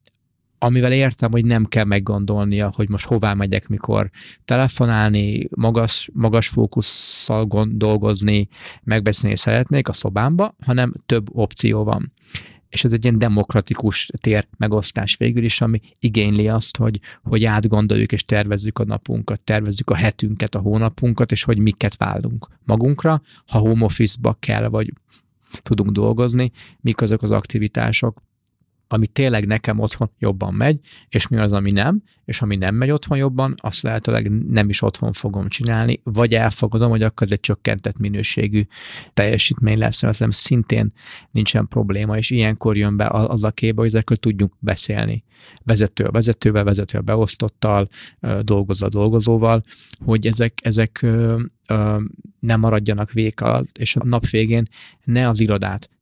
[SPEAKER 1] amivel értem, hogy nem kell meggondolnia, hogy most hová megyek, mikor telefonálni, magas, magas fókusszal dolgozni, megbeszélni szeretnék a szobámba, hanem több opció van. És ez egy ilyen demokratikus tér megosztás végül is, ami igényli azt, hogy, hogy átgondoljuk és tervezzük a napunkat, tervezzük a hetünket, a hónapunkat, és hogy miket vállalunk magunkra, ha home office-ba kell, vagy tudunk dolgozni, mik azok az aktivitások, ami tényleg nekem otthon jobban megy, és mi az, ami nem, és ami nem megy otthon jobban, azt lehetőleg nem is otthon fogom csinálni, vagy elfogadom, hogy akkor ez egy csökkentett minőségű teljesítmény lesz, mert nem szintén nincsen probléma, és ilyenkor jön be az a képbe, hogy ezekről tudjunk beszélni. Vezető a vezetővel, vezető a beosztottal, dolgozó a dolgozóval, hogy ezek, ezek nem maradjanak vék alatt, és a nap végén ne az irodát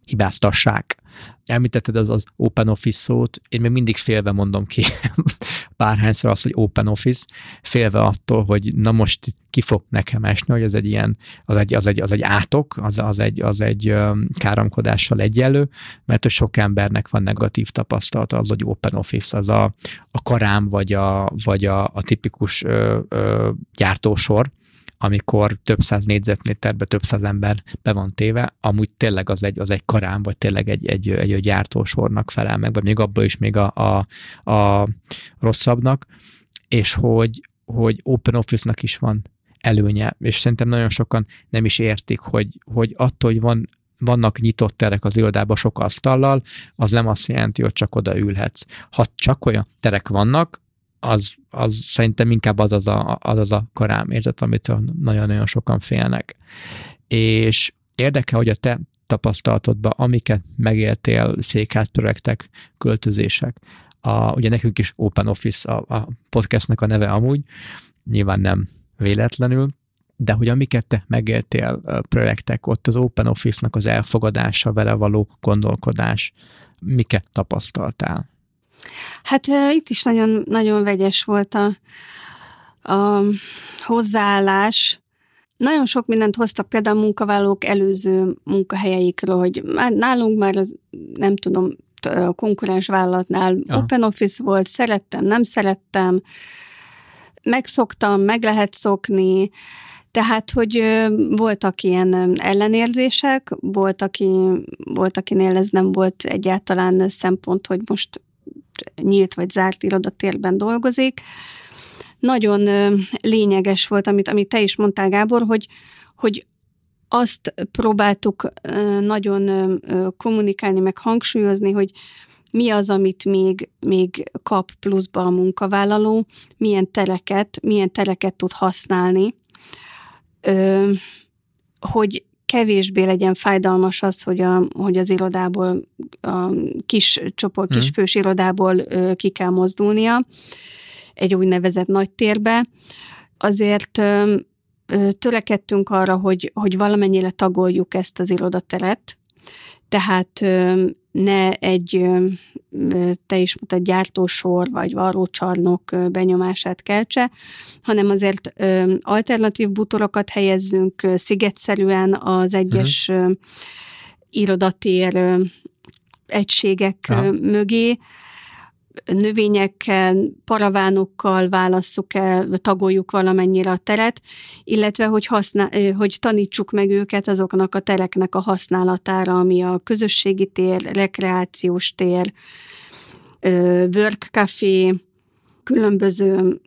[SPEAKER 1] hibáztassák. Említetted az az Open Office szót, én még mindig félve mondom ki párhányszor azt, hogy Open Office, félve attól, hogy na most ki fog nekem esni, hogy az egy ilyen, az egy, az egy, az egy átok, az, az egy, az egy káromkodással egyenlő, mert hogy sok embernek van negatív tapasztalata az, hogy Open Office, az a, a karám, vagy a, vagy a, a tipikus ö, ö, gyártósor, amikor több száz négyzetméterbe több száz ember be van téve, amúgy tényleg az egy, az egy karám, vagy tényleg egy, egy, egy gyártósornak felel meg, vagy még abból is még a, a, a rosszabbnak, és hogy, hogy Open Office-nak is van előnye, és szerintem nagyon sokan nem is értik, hogy, hogy attól, hogy van, vannak nyitott terek az irodában sok asztallal, az nem azt jelenti, hogy csak oda ülhetsz. Ha csak olyan terek vannak, az, az szerintem inkább az az a, az, az a karámérzet, amit nagyon-nagyon sokan félnek. És érdekel, hogy a te tapasztalatodban, amiket megéltél, székház projektek, költözések, a, ugye nekünk is Open Office a, a podcastnek a neve amúgy, nyilván nem véletlenül, de hogy amiket te megéltél projektek, ott az Open Office-nak az elfogadása, vele való gondolkodás, miket tapasztaltál?
[SPEAKER 2] Hát itt is nagyon, nagyon vegyes volt a, a hozzáállás. Nagyon sok mindent hoztak például a munkavállalók előző munkahelyeikről, hogy nálunk már az, nem tudom, a konkurens vállalatnál Aha. Open Office volt, szerettem, nem szerettem, megszoktam, meg lehet szokni, tehát, hogy voltak ilyen ellenérzések, volt, aki, volt akinél ez nem volt egyáltalán szempont, hogy most nyílt vagy zárt irodatérben dolgozik. Nagyon lényeges volt, amit, amit te is mondtál, Gábor, hogy, hogy azt próbáltuk nagyon kommunikálni, meg hangsúlyozni, hogy mi az, amit még, még kap pluszba a munkavállaló, milyen tereket, milyen tereket tud használni, hogy kevésbé legyen fájdalmas az, hogy, a, hogy az irodából, a kis csoport, kis fős irodából ki kell mozdulnia egy úgynevezett nagy térbe. Azért törekedtünk arra, hogy, hogy valamennyire tagoljuk ezt az irodateret, tehát ne egy, te is mutat, gyártósor vagy varrócsarnok benyomását keltse, hanem azért alternatív bútorokat helyezzünk szigetszerűen az egyes uh-huh. irodatér egységek ja. mögé, növényekkel, paravánokkal válasszuk el, tagoljuk valamennyire a teret, illetve hogy, használ, hogy tanítsuk meg őket azoknak a tereknek a használatára, ami a közösségi tér, rekreációs tér, work café, különböző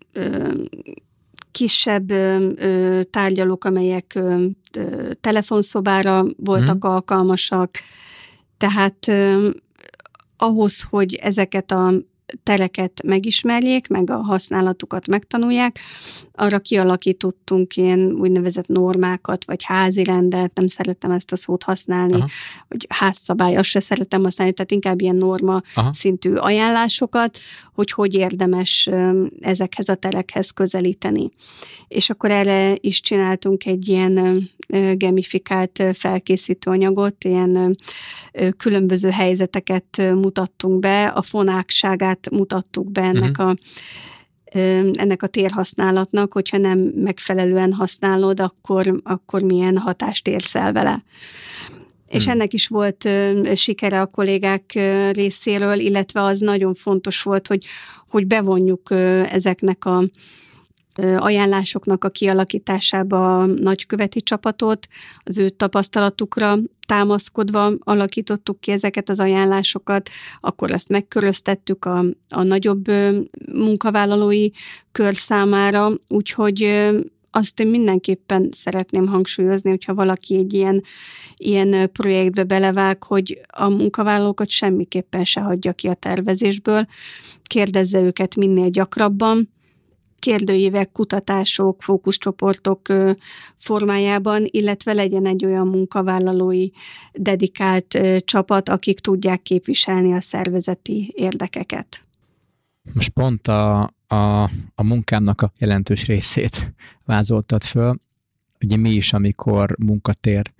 [SPEAKER 2] kisebb tárgyalók, amelyek telefonszobára voltak hmm. alkalmasak, tehát ahhoz, hogy ezeket a tereket megismerjék, meg a használatukat megtanulják, arra kialakítottunk ilyen úgynevezett normákat, vagy házi rendet, nem szeretem ezt a szót használni, Aha. vagy házszabály, azt se szeretem használni, tehát inkább ilyen norma Aha. szintű ajánlásokat, hogy hogy érdemes ezekhez a terekhez közelíteni. És akkor erre is csináltunk egy ilyen gamifikált felkészítő anyagot, ilyen különböző helyzeteket mutattunk be, a fonákságát mutattuk be ennek uh-huh. a ennek a térhasználatnak, hogyha nem megfelelően használod, akkor, akkor milyen hatást érsz el vele. Hmm. És ennek is volt sikere a kollégák részéről, illetve az nagyon fontos volt, hogy, hogy bevonjuk ezeknek a ajánlásoknak a kialakításába a nagyköveti csapatot, az ő tapasztalatukra támaszkodva alakítottuk ki ezeket az ajánlásokat, akkor ezt megköröztettük a, a nagyobb munkavállalói kör számára, úgyhogy azt én mindenképpen szeretném hangsúlyozni, hogyha valaki egy ilyen, ilyen projektbe belevág, hogy a munkavállalókat semmiképpen se hagyja ki a tervezésből, kérdezze őket minél gyakrabban, kérdőívek, kutatások, fókuszcsoportok formájában, illetve legyen egy olyan munkavállalói dedikált csapat, akik tudják képviselni a szervezeti érdekeket.
[SPEAKER 1] Most pont a, a, a munkámnak a jelentős részét vázoltad föl. Ugye mi is, amikor munkatér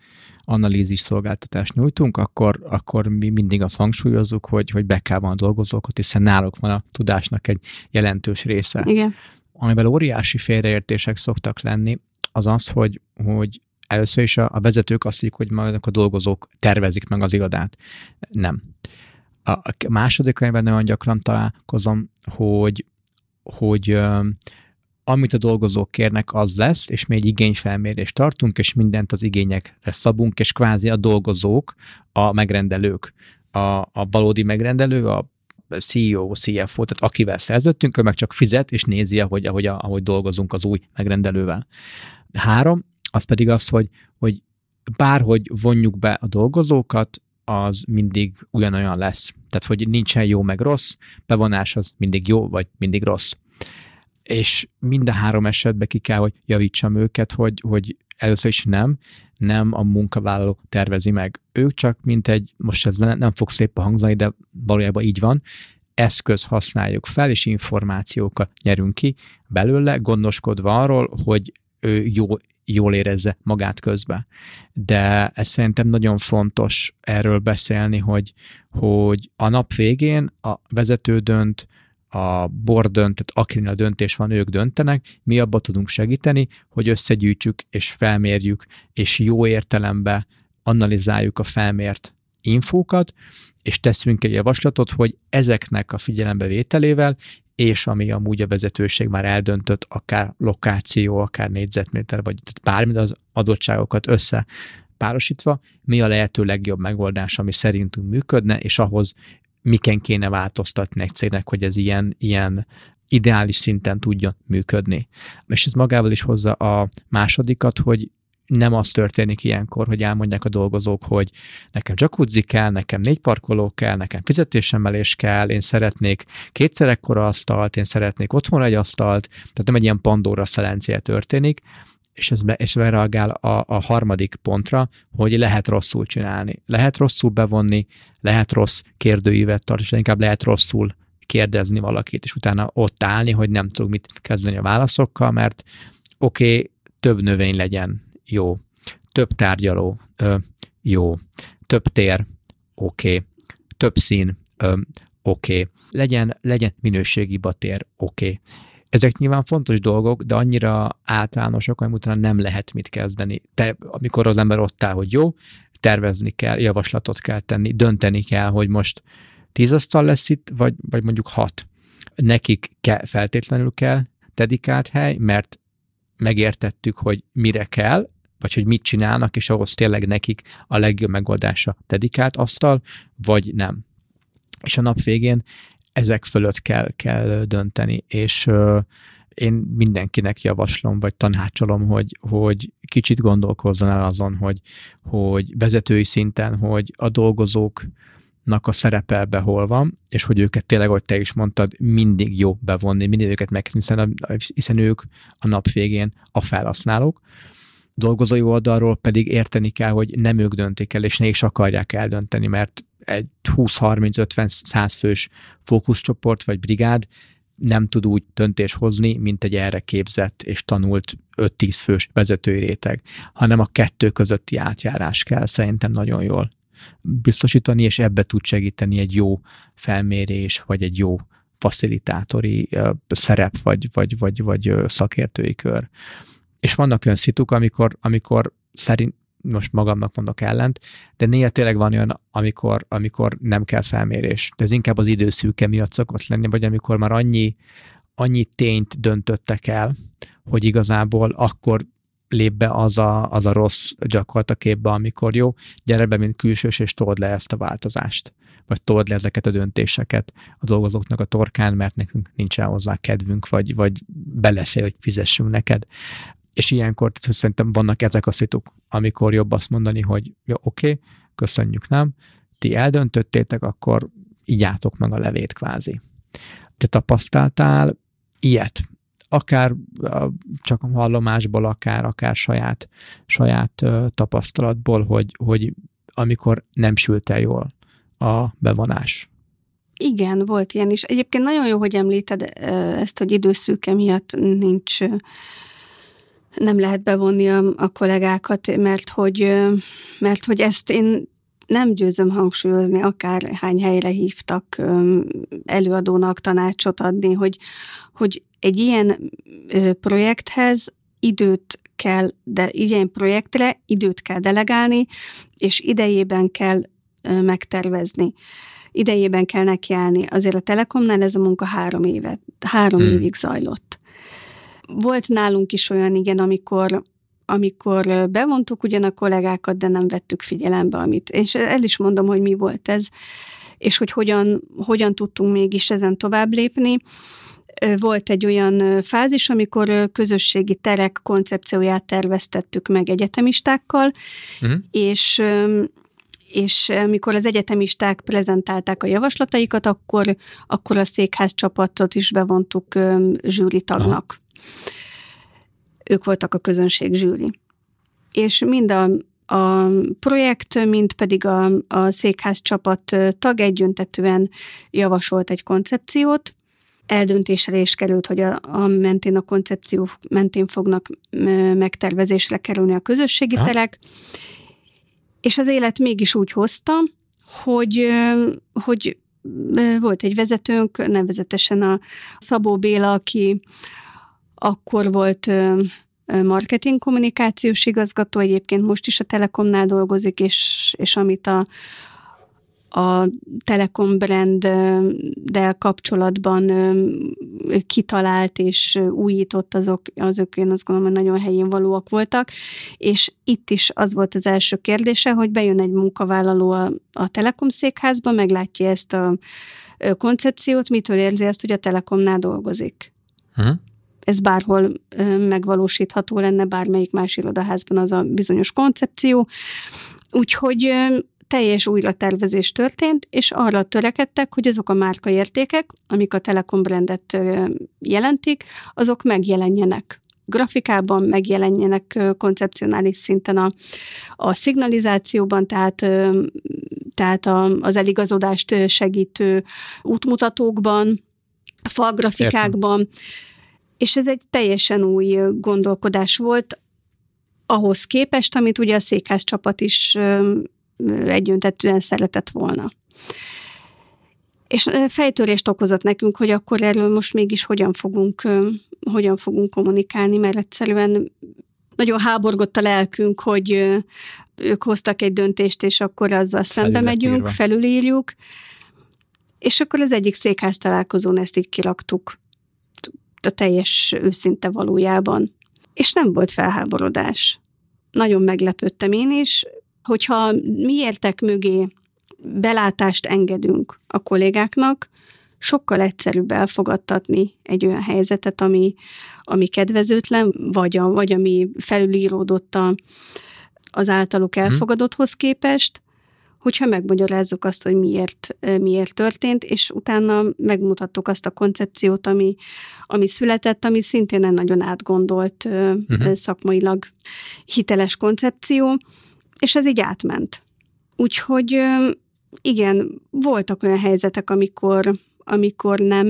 [SPEAKER 1] analízis szolgáltatást nyújtunk, akkor, akkor mi mindig azt hangsúlyozzuk, hogy, hogy be kell van a dolgozókat, hiszen náluk van a tudásnak egy jelentős része.
[SPEAKER 2] Igen.
[SPEAKER 1] Amivel óriási félreértések szoktak lenni, az az, hogy, hogy először is a, a vezetők azt mondjuk, hogy maguk a dolgozók tervezik meg az irodát. Nem. A, a második, amiben nagyon gyakran találkozom, hogy, hogy amit a dolgozók kérnek, az lesz, és mi egy igényfelmérést tartunk, és mindent az igényekre szabunk, és kvázi a dolgozók, a megrendelők, a, a valódi megrendelő, a cé e o, cé ef o, tehát akivel szerződtünk, ő meg csak fizet, és nézi, ahogy, ahogy, ahogy dolgozunk az új megrendelővel. Három, az pedig az, hogy, hogy bárhogy vonjuk be a dolgozókat, az mindig ugyanolyan lesz. Tehát, hogy nincsen jó meg rossz, bevonás az mindig jó, vagy mindig rossz. És mind a három esetben ki kell, hogy javítsam őket, hogy, hogy először is nem, nem a munkavállaló tervezi meg. Ők csak mint egy, most ez nem fog szépen hangzani, de valójában így van, eszköz használjuk fel, és információkat nyerünk ki belőle, gondoskodva arról, hogy ő jó, jól érezze magát közben. De ez szerintem nagyon fontos erről beszélni, hogy, hogy a nap végén a vezető dönt, a board dönt, tehát akinél a döntés van, ők döntenek, mi abba tudunk segíteni, hogy összegyűjtsük és felmérjük, és jó értelemben analizáljuk a felmért infókat, és teszünk egy javaslatot, hogy ezeknek a figyelembevételével, és ami amúgy a vezetőség már eldöntött, akár lokáció, akár négyzetméter, vagy bármi az adottságokat összepárosítva, mi a lehető legjobb megoldás, ami szerintünk működne, és ahhoz miken kéne változtatni egy cégnek, hogy ez ilyen, ilyen ideális szinten tudjon működni. És ez magával is hozza a másodikat, hogy nem az történik ilyenkor, hogy elmondják a dolgozók, hogy nekem jacuzzi kell, nekem négy parkoló kell, nekem fizetésemelés kell, én szeretnék kétszer ekkora asztalt, én szeretnék otthon egy asztalt, tehát nem egy ilyen Pandora szelencia történik, és ez be, és reagál a, a harmadik pontra, hogy lehet rosszul csinálni. Lehet rosszul bevonni, lehet rossz kérdőívet tartani, és inkább lehet rosszul kérdezni valakit, és utána ott állni, hogy nem tudok mit kezdeni a válaszokkal, mert oké, okay, több növény legyen, jó. Több tárgyaló, ö, jó. Több tér, oké. Okay. Több szín, oké. Okay. Legyen, legyen minőségi batér, oké. Okay. Ezek nyilván fontos dolgok, de annyira általánosak, hogy utána nem lehet mit kezdeni. Te, amikor az ember ott áll, hogy jó, tervezni kell, javaslatot kell tenni, dönteni kell, hogy most tíz asztal lesz itt, vagy, vagy mondjuk hat. Nekik kell, feltétlenül kell dedikált hely, mert megértettük, hogy mire kell, vagy hogy mit csinálnak, és ahhoz tényleg nekik a legjobb megoldása dedikált asztal, vagy nem. És a nap végén ezek fölött kell, kell dönteni, és uh, én mindenkinek javaslom, vagy tanácsolom, hogy, hogy kicsit gondolkozzon el azon, hogy, hogy vezetői szinten, hogy a dolgozóknak a szerepe ebbe hol van, és hogy őket tényleg, ahogy te is mondtad, mindig jó bevonni, mindig őket megkínálni, hiszen ők a nap végén a felhasználók. Dolgozói oldalról pedig érteni kell, hogy nem ők döntik el, és ne is akarják eldönteni, mert egy húsz harminc ötven száz fős fókuszcsoport vagy brigád nem tud úgy döntés hozni, mint egy erre képzett és tanult öt-tíz fős vezetői réteg, hanem a kettő közötti átjárás kell szerintem nagyon jól biztosítani, és ebbe tud segíteni egy jó felmérés, vagy egy jó facilitátori szerep, vagy, vagy, vagy, vagy szakértői kör. És vannak olyan szituk, amikor, amikor szerint, most magamnak mondok ellent, de néha tényleg van olyan, amikor, amikor nem kell felmérés. De ez inkább az időszűke miatt szokott lenni, vagy amikor már annyi, annyi tényt döntöttek el, hogy igazából akkor lép be az a, az a rossz gyakorlat a képbe, amikor jó, gyere be, mint külsős, és told le ezt a változást, vagy told le ezeket a döntéseket a dolgozóknak a torkán, mert nekünk nincsen hozzá kedvünk, vagy, vagy belefér, hogy fizessünk neked. És ilyenkor szerintem vannak ezek a szituk, amikor jobb azt mondani, hogy jó, oké, köszönjük, nem? Ti eldöntöttétek, akkor igyátok meg a levét kvázi. Te tapasztaltál ilyet? Akár csak hallomásból, akár, akár saját, saját tapasztalatból, hogy, hogy amikor nem sült el jól a bevonás.
[SPEAKER 2] Igen, volt ilyen is. Egyébként nagyon jó, hogy említed ezt, hogy időszűke miatt nincs nem lehet bevonni a, a kollégákat, mert hogy, mert hogy ezt én nem győzöm hangsúlyozni, akár hány helyre hívtak előadónak tanácsot adni, hogy, hogy egy ilyen projekthez időt kell, de ilyen projektre időt kell delegálni, és idejében kell megtervezni. Idejében kell nekiállni. Azért a Telekomnál ez a munka három évet, három hmm. évig zajlott. Volt nálunk is olyan, igen, amikor, amikor bevontuk ugyan a kollégákat, de nem vettük figyelembe, amit. És el is mondom, hogy mi volt ez, és hogy hogyan, hogyan tudtunk mégis ezen tovább lépni. Volt egy olyan fázis, amikor közösségi terek koncepcióját terveztettük meg egyetemistákkal, uh-huh. és, és amikor az egyetemisták prezentálták a javaslataikat, akkor, akkor a székház csapatot is bevontuk zsűri tagnak. Uh-huh. Ők voltak a közönség zsűri. És mind a, a projekt, mind pedig a, a székház csapat tag egyöntetően javasolt egy koncepciót. Eldöntésre is került, hogy a, a mentén a koncepció mentén fognak megtervezésre kerülni a közösségi ha. terek, és az élet mégis úgy hozta, hogy, hogy volt egy vezetőnk, nevezetesen a Szabó Béla, aki akkor volt marketing kommunikációs igazgató, egyébként most is a Telekomnál dolgozik, és, és amit a a Telekom branddel kapcsolatban kitalált és újított, azok, azok én azt gondolom, hogy nagyon helyén valóak voltak, és itt is az volt az első kérdése, hogy bejön egy munkavállaló a, a Telekom székházba, meglátja ezt a koncepciót, mitől érzi azt, hogy a Telekomnál dolgozik. Uh-huh. Ez bárhol megvalósítható lenne, bármelyik más irodaházban az a bizonyos koncepció. Úgyhogy teljes újratervezés történt, és arra törekedtek, hogy azok a márkaértékek, amik a Telekom brandet jelentik, azok megjelenjenek. Grafikában megjelenjenek koncepcionális szinten a, a szignalizációban, tehát, tehát a, az eligazodást segítő útmutatókban, falgrafikákban, Értem. És ez egy teljesen új gondolkodás volt ahhoz képest, amit ugye a székház csapat is egyöntetően szeretett volna. És fejtörést okozott nekünk, hogy akkor erről most mégis hogyan fogunk, hogyan fogunk kommunikálni, mert egyszerűen nagyon háborgott a lelkünk, hogy ők hoztak egy döntést, és akkor azzal szembe megyünk, felülírjuk, és akkor az egyik székház találkozón ezt így kiraktuk a teljes őszinte valójában. És nem volt felháborodás. Nagyon meglepődtem én is, hogyha mi értek mögé belátást engedünk a kollégáknak, sokkal egyszerűbb elfogadtatni egy olyan helyzetet, ami, ami kedvezőtlen, vagy, a, vagy ami felülíródott a, az általuk elfogadotthoz képest, hogyha megmagyarázzuk azt, hogy miért, miért történt, és utána megmutattuk azt a koncepciót, ami, ami született, ami szintén egy nagyon átgondolt, uh-huh. szakmailag hiteles koncepció, és ez így átment. Úgyhogy igen, voltak olyan helyzetek, amikor, amikor nem,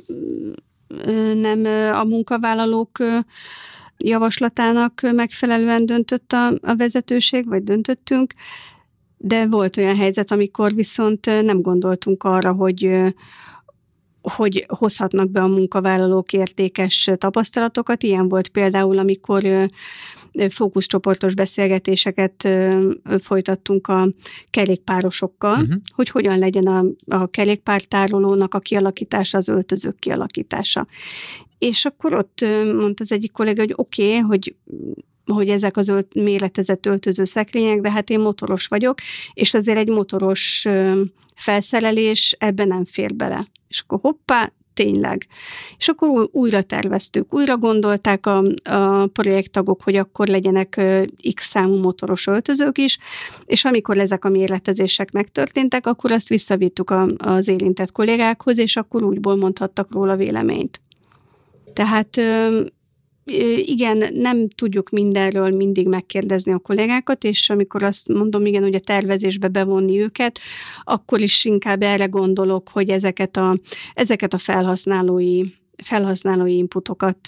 [SPEAKER 2] nem a munkavállalók javaslatának megfelelően döntött a, a vezetőség, vagy döntöttünk, de volt olyan helyzet, amikor viszont nem gondoltunk arra, hogy, hogy hozhatnak be a munkavállalók értékes tapasztalatokat. Ilyen volt például, amikor fókuszcsoportos beszélgetéseket folytattunk a kerékpárosokkal, uh-huh. hogy hogyan legyen a, a kerékpártárolónak a kialakítása, az öltözők kialakítása. És akkor ott mondta az egyik kolléga, hogy oké, okay, hogy hogy ezek az ölt, méretezett öltöző szekrények, de hát én motoros vagyok, és azért egy motoros felszerelés ebben nem fér bele. És akkor hoppá, tényleg. És akkor újra terveztük, újra gondolták a, a projekttagok, hogy akkor legyenek X számú motoros öltözők is, és amikor ezek a méretezések megtörténtek, akkor azt visszavittük a, az érintett kollégákhoz, és akkor úgyból mondhattak róla véleményt. Tehát igen, nem tudjuk mindenről mindig megkérdezni a kollégákat, és amikor azt mondom, igen, hogy a tervezésbe bevonni őket, akkor is inkább erre gondolok, hogy ezeket a, ezeket a felhasználói felhasználói inputokat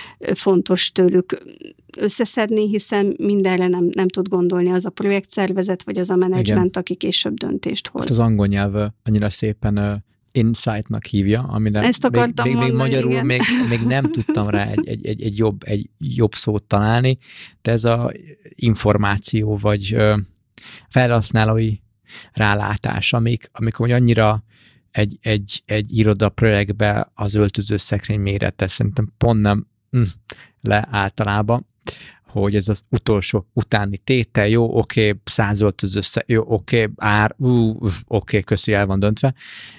[SPEAKER 2] fontos tőlük összeszedni, hiszen mindenre nem, nem tud gondolni az a projektszervezet, vagy az a menedzsment, aki később döntést hoz.
[SPEAKER 1] Hát az angol nyelv annyira szépen insight-nak hívja, amire
[SPEAKER 2] Ezt akartam
[SPEAKER 1] még, még,
[SPEAKER 2] mondani,
[SPEAKER 1] még magyarul még, még nem tudtam rá egy, egy, egy, egy, jobb, egy jobb szót találni, de ez a információ, vagy ö, felhasználói rálátás, amik, amikor annyira egy, egy, egy iroda projektbe az öltöző szekrény mérete szerintem pont nem mm, le általában, hogy ez az utolsó utáni tétel, jó, oké, okay, száz öltöző, jó, oké, okay, ár, ú, oké, okay, köszi, el van döntve,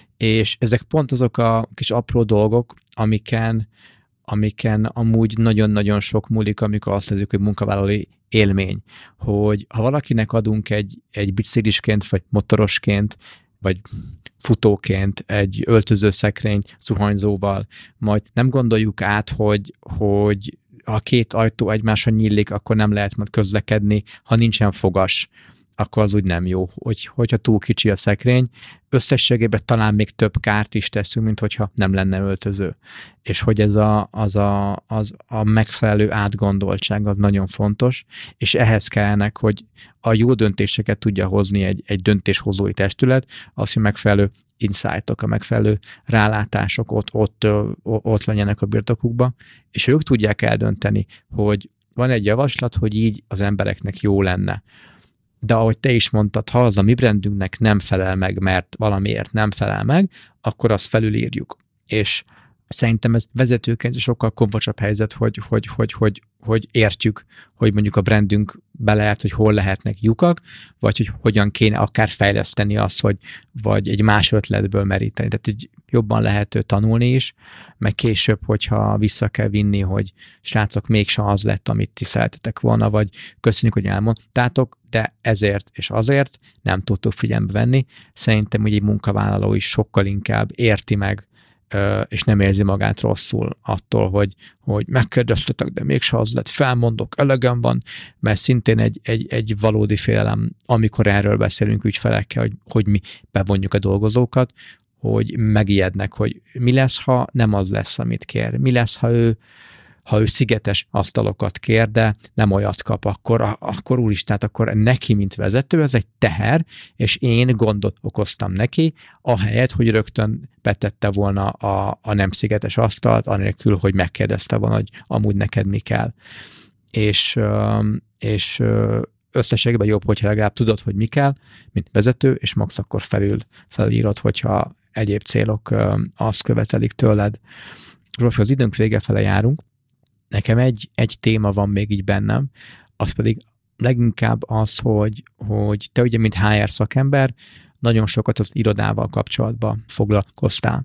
[SPEAKER 1] és ezek pont azok a kis apró dolgok, amiken, amiken amúgy nagyon-nagyon sok múlik, amikor azt nézzük, hogy munkavállalói élmény, hogy ha valakinek adunk egy, egy biciklisként, vagy motorosként, vagy futóként egy öltözőszekrény zuhanyzóval, majd nem gondoljuk át, hogy, hogy ha két ajtó egymásra nyílik, akkor nem lehet majd közlekedni, ha nincsen fogas, akkor az úgy nem jó, hogy, hogyha túl kicsi a szekrény. Összességében talán még több kárt is teszünk, mint hogyha nem lenne öltöző. És hogy ez a, az a, az a megfelelő átgondoltság az nagyon fontos, és ehhez kellene, hogy a jó döntéseket tudja hozni egy, egy döntéshozói testület, az, hogy megfelelő insightok, a megfelelő rálátások ott, ott, ott legyenek a birtokukba, és ők tudják eldönteni, hogy van egy javaslat, hogy így az embereknek jó lenne. De ahogy te is mondtad, ha az a mi brandünknek nem felel meg, mert valamiért nem felel meg, akkor azt felülírjuk. És szerintem ez vezetőként sokkal komfortosabb helyzet, hogy, hogy, hogy, hogy, hogy értjük, hogy mondjuk a brandünkbe lehet, hogy hol lehetnek lyukak, vagy hogy hogyan kéne akár fejleszteni azt, hogy vagy egy más ötletből meríteni. Tehát így jobban lehet tanulni is, meg később, hogyha vissza kell vinni, hogy srácok, mégsem az lett, amit ti szeretetek volna, vagy köszönjük, hogy elmondtátok, de ezért és azért nem tudtuk figyelembe venni. Szerintem, hogy egy munkavállaló is sokkal inkább érti meg, és nem érzi magát rosszul attól, hogy, hogy megkérdeztetek, de mégse az lett, felmondok, elegem van, mert szintén egy, egy, egy valódi félelem, amikor erről beszélünk ügyfelekkel, hogy, hogy mi bevonjuk a dolgozókat, hogy megijednek, hogy mi lesz, ha nem az lesz, amit kér. Mi lesz, ha ő, ha ő szigetes asztalokat kér, de nem olyat kap, akkor, akkor úristen, akkor neki, mint vezető, ez egy teher, és én gondot okoztam neki, ahelyett, hogy rögtön betette volna a, a nem szigetes asztalt, anélkül, hogy megkérdezte volna, hogy amúgy neked mi kell. És, és összességében jobb, hogyha legalább tudod, hogy mi kell, mint vezető, és max akkor felül felírod, hogyha egyéb célok azt követelik tőled. Zsófi, az időnk vége fele járunk. Nekem egy, egy téma van még így bennem, az pedig leginkább az, hogy, hogy te ugye, mint há er szakember, nagyon sokat az irodával kapcsolatban foglalkoztál.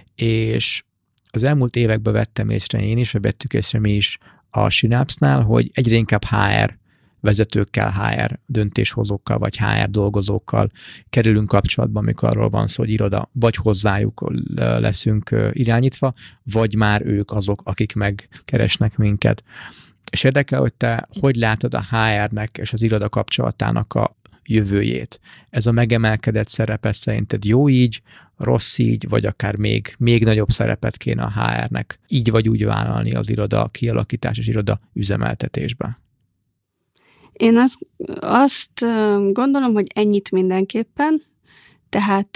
[SPEAKER 1] És az elmúlt években vettem észre én is, vagy vettük észre mi is a Synapse-nál, hogy egyre inkább há er vezetőkkel, há er döntéshozókkal, vagy há er dolgozókkal kerülünk kapcsolatban, amikor arról van szó, hogy iroda, vagy hozzájuk leszünk irányítva, vagy már ők azok, akik megkeresnek minket. És érdekel, hogy te hogy látod a há er-nek és az iroda kapcsolatának a jövőjét. Ez a megemelkedett szerepe szerinted jó így, rossz így, vagy akár még, még nagyobb szerepet kéne a há er-nek így vagy úgy vállalni az iroda kialakítás és iroda üzemeltetésben?
[SPEAKER 2] Én azt, azt gondolom, hogy ennyit mindenképpen, tehát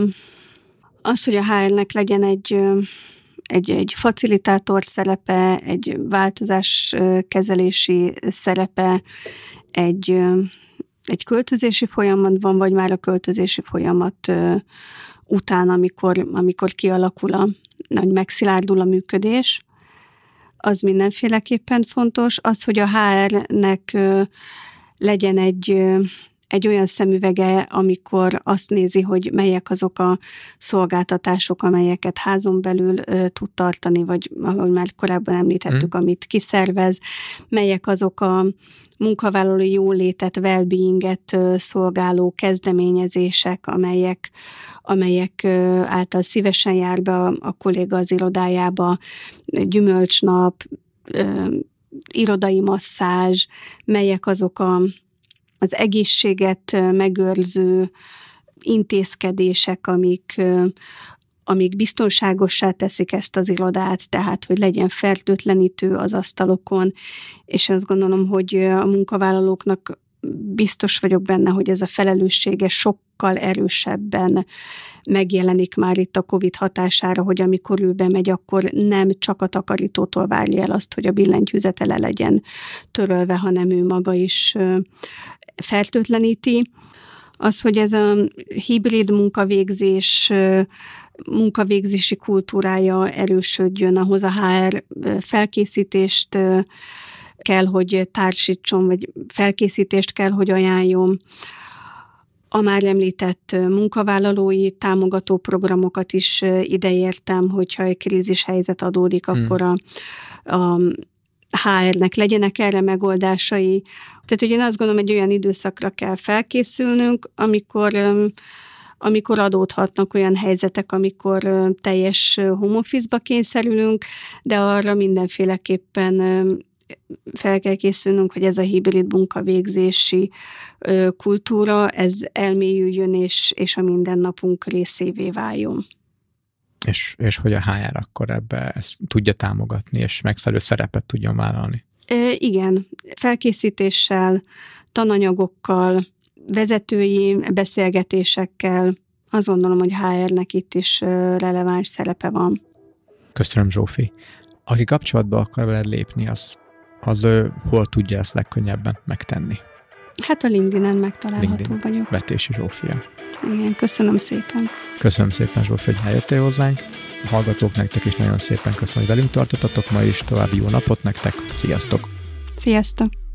[SPEAKER 2] az, hogy a há er-nek legyen egy, egy, egy facilitátor szerepe, egy változáskezelési szerepe, egy, egy költözési folyamatban, vagy már a költözési folyamat után, amikor, amikor kialakul a, nagy megszilárdul a működés, az mindenféleképpen fontos. Az, hogy a há er-nek legyen egy, egy olyan szemüvege, amikor azt nézi, hogy melyek azok a szolgáltatások, amelyeket házon belül tud tartani, vagy ahogy már korábban említettük, hmm. amit kiszervez, melyek azok a munkavállalói jólétet, well-beinget szolgáló kezdeményezések, amelyek, amelyek által szívesen jár be a, a kolléga az irodájába, gyümölcsnap, irodai masszázs, melyek azok a, az egészséget megőrző intézkedések, amik, amíg biztonságossá teszik ezt az irodát, tehát hogy legyen fertőtlenítő az asztalokon, és azt gondolom, hogy a munkavállalóknak biztos vagyok benne, hogy ez a felelőssége sokkal erősebben megjelenik már itt a Covid hatására, hogy amikor ő bemegy, akkor nem csak a takarítótól várja el azt, hogy a billentyűzete le legyen törölve, hanem ő maga is fertőtleníti. Az, hogy ez a hibrid munkavégzés, munkavégzési kultúrája erősödjön, ahhoz a há er felkészítést kell, hogy társítson, vagy felkészítést kell, hogy ajánljon. A már említett munkavállalói támogató programokat is ideértem, hogyha egy krízis helyzet adódik, hmm. akkor a, a há ernek legyenek erre megoldásai. Tehát, hogy én azt gondolom, hogy olyan időszakra kell felkészülnünk, amikor, amikor adódhatnak olyan helyzetek, amikor teljes home office-ba kényszerülünk, de arra mindenféleképpen fel kell készülnünk, hogy ez a hibrid munkavégzési kultúra, ez elmélyüljön, és, és a mindennapunk részévé váljon.
[SPEAKER 1] És, és hogy a há er akkor ebbe ezt tudja támogatni, és megfelelő szerepet tudjon vállalni.
[SPEAKER 2] E, igen, felkészítéssel, tananyagokkal, vezetői beszélgetésekkel, azt gondolom, hogy há ernek itt is releváns szerepe van.
[SPEAKER 1] Köszönöm, Zsófi. Aki kapcsolatba akar veled lépni, az, az ő, hol tudja ezt legkönnyebben megtenni?
[SPEAKER 2] Hát a LinkedIn-en megtalálható LinkedIn. vagyok.
[SPEAKER 1] Vetési Zsófia.
[SPEAKER 2] Igen, köszönöm szépen.
[SPEAKER 1] Köszönöm szépen, Zsófi, hogy eljöttél hozzánk. A hallgatók, nektek is nagyon szépen köszönöm, hogy velünk tartottatok ma is. További jó napot nektek. Sziasztok!
[SPEAKER 2] Sziasztok!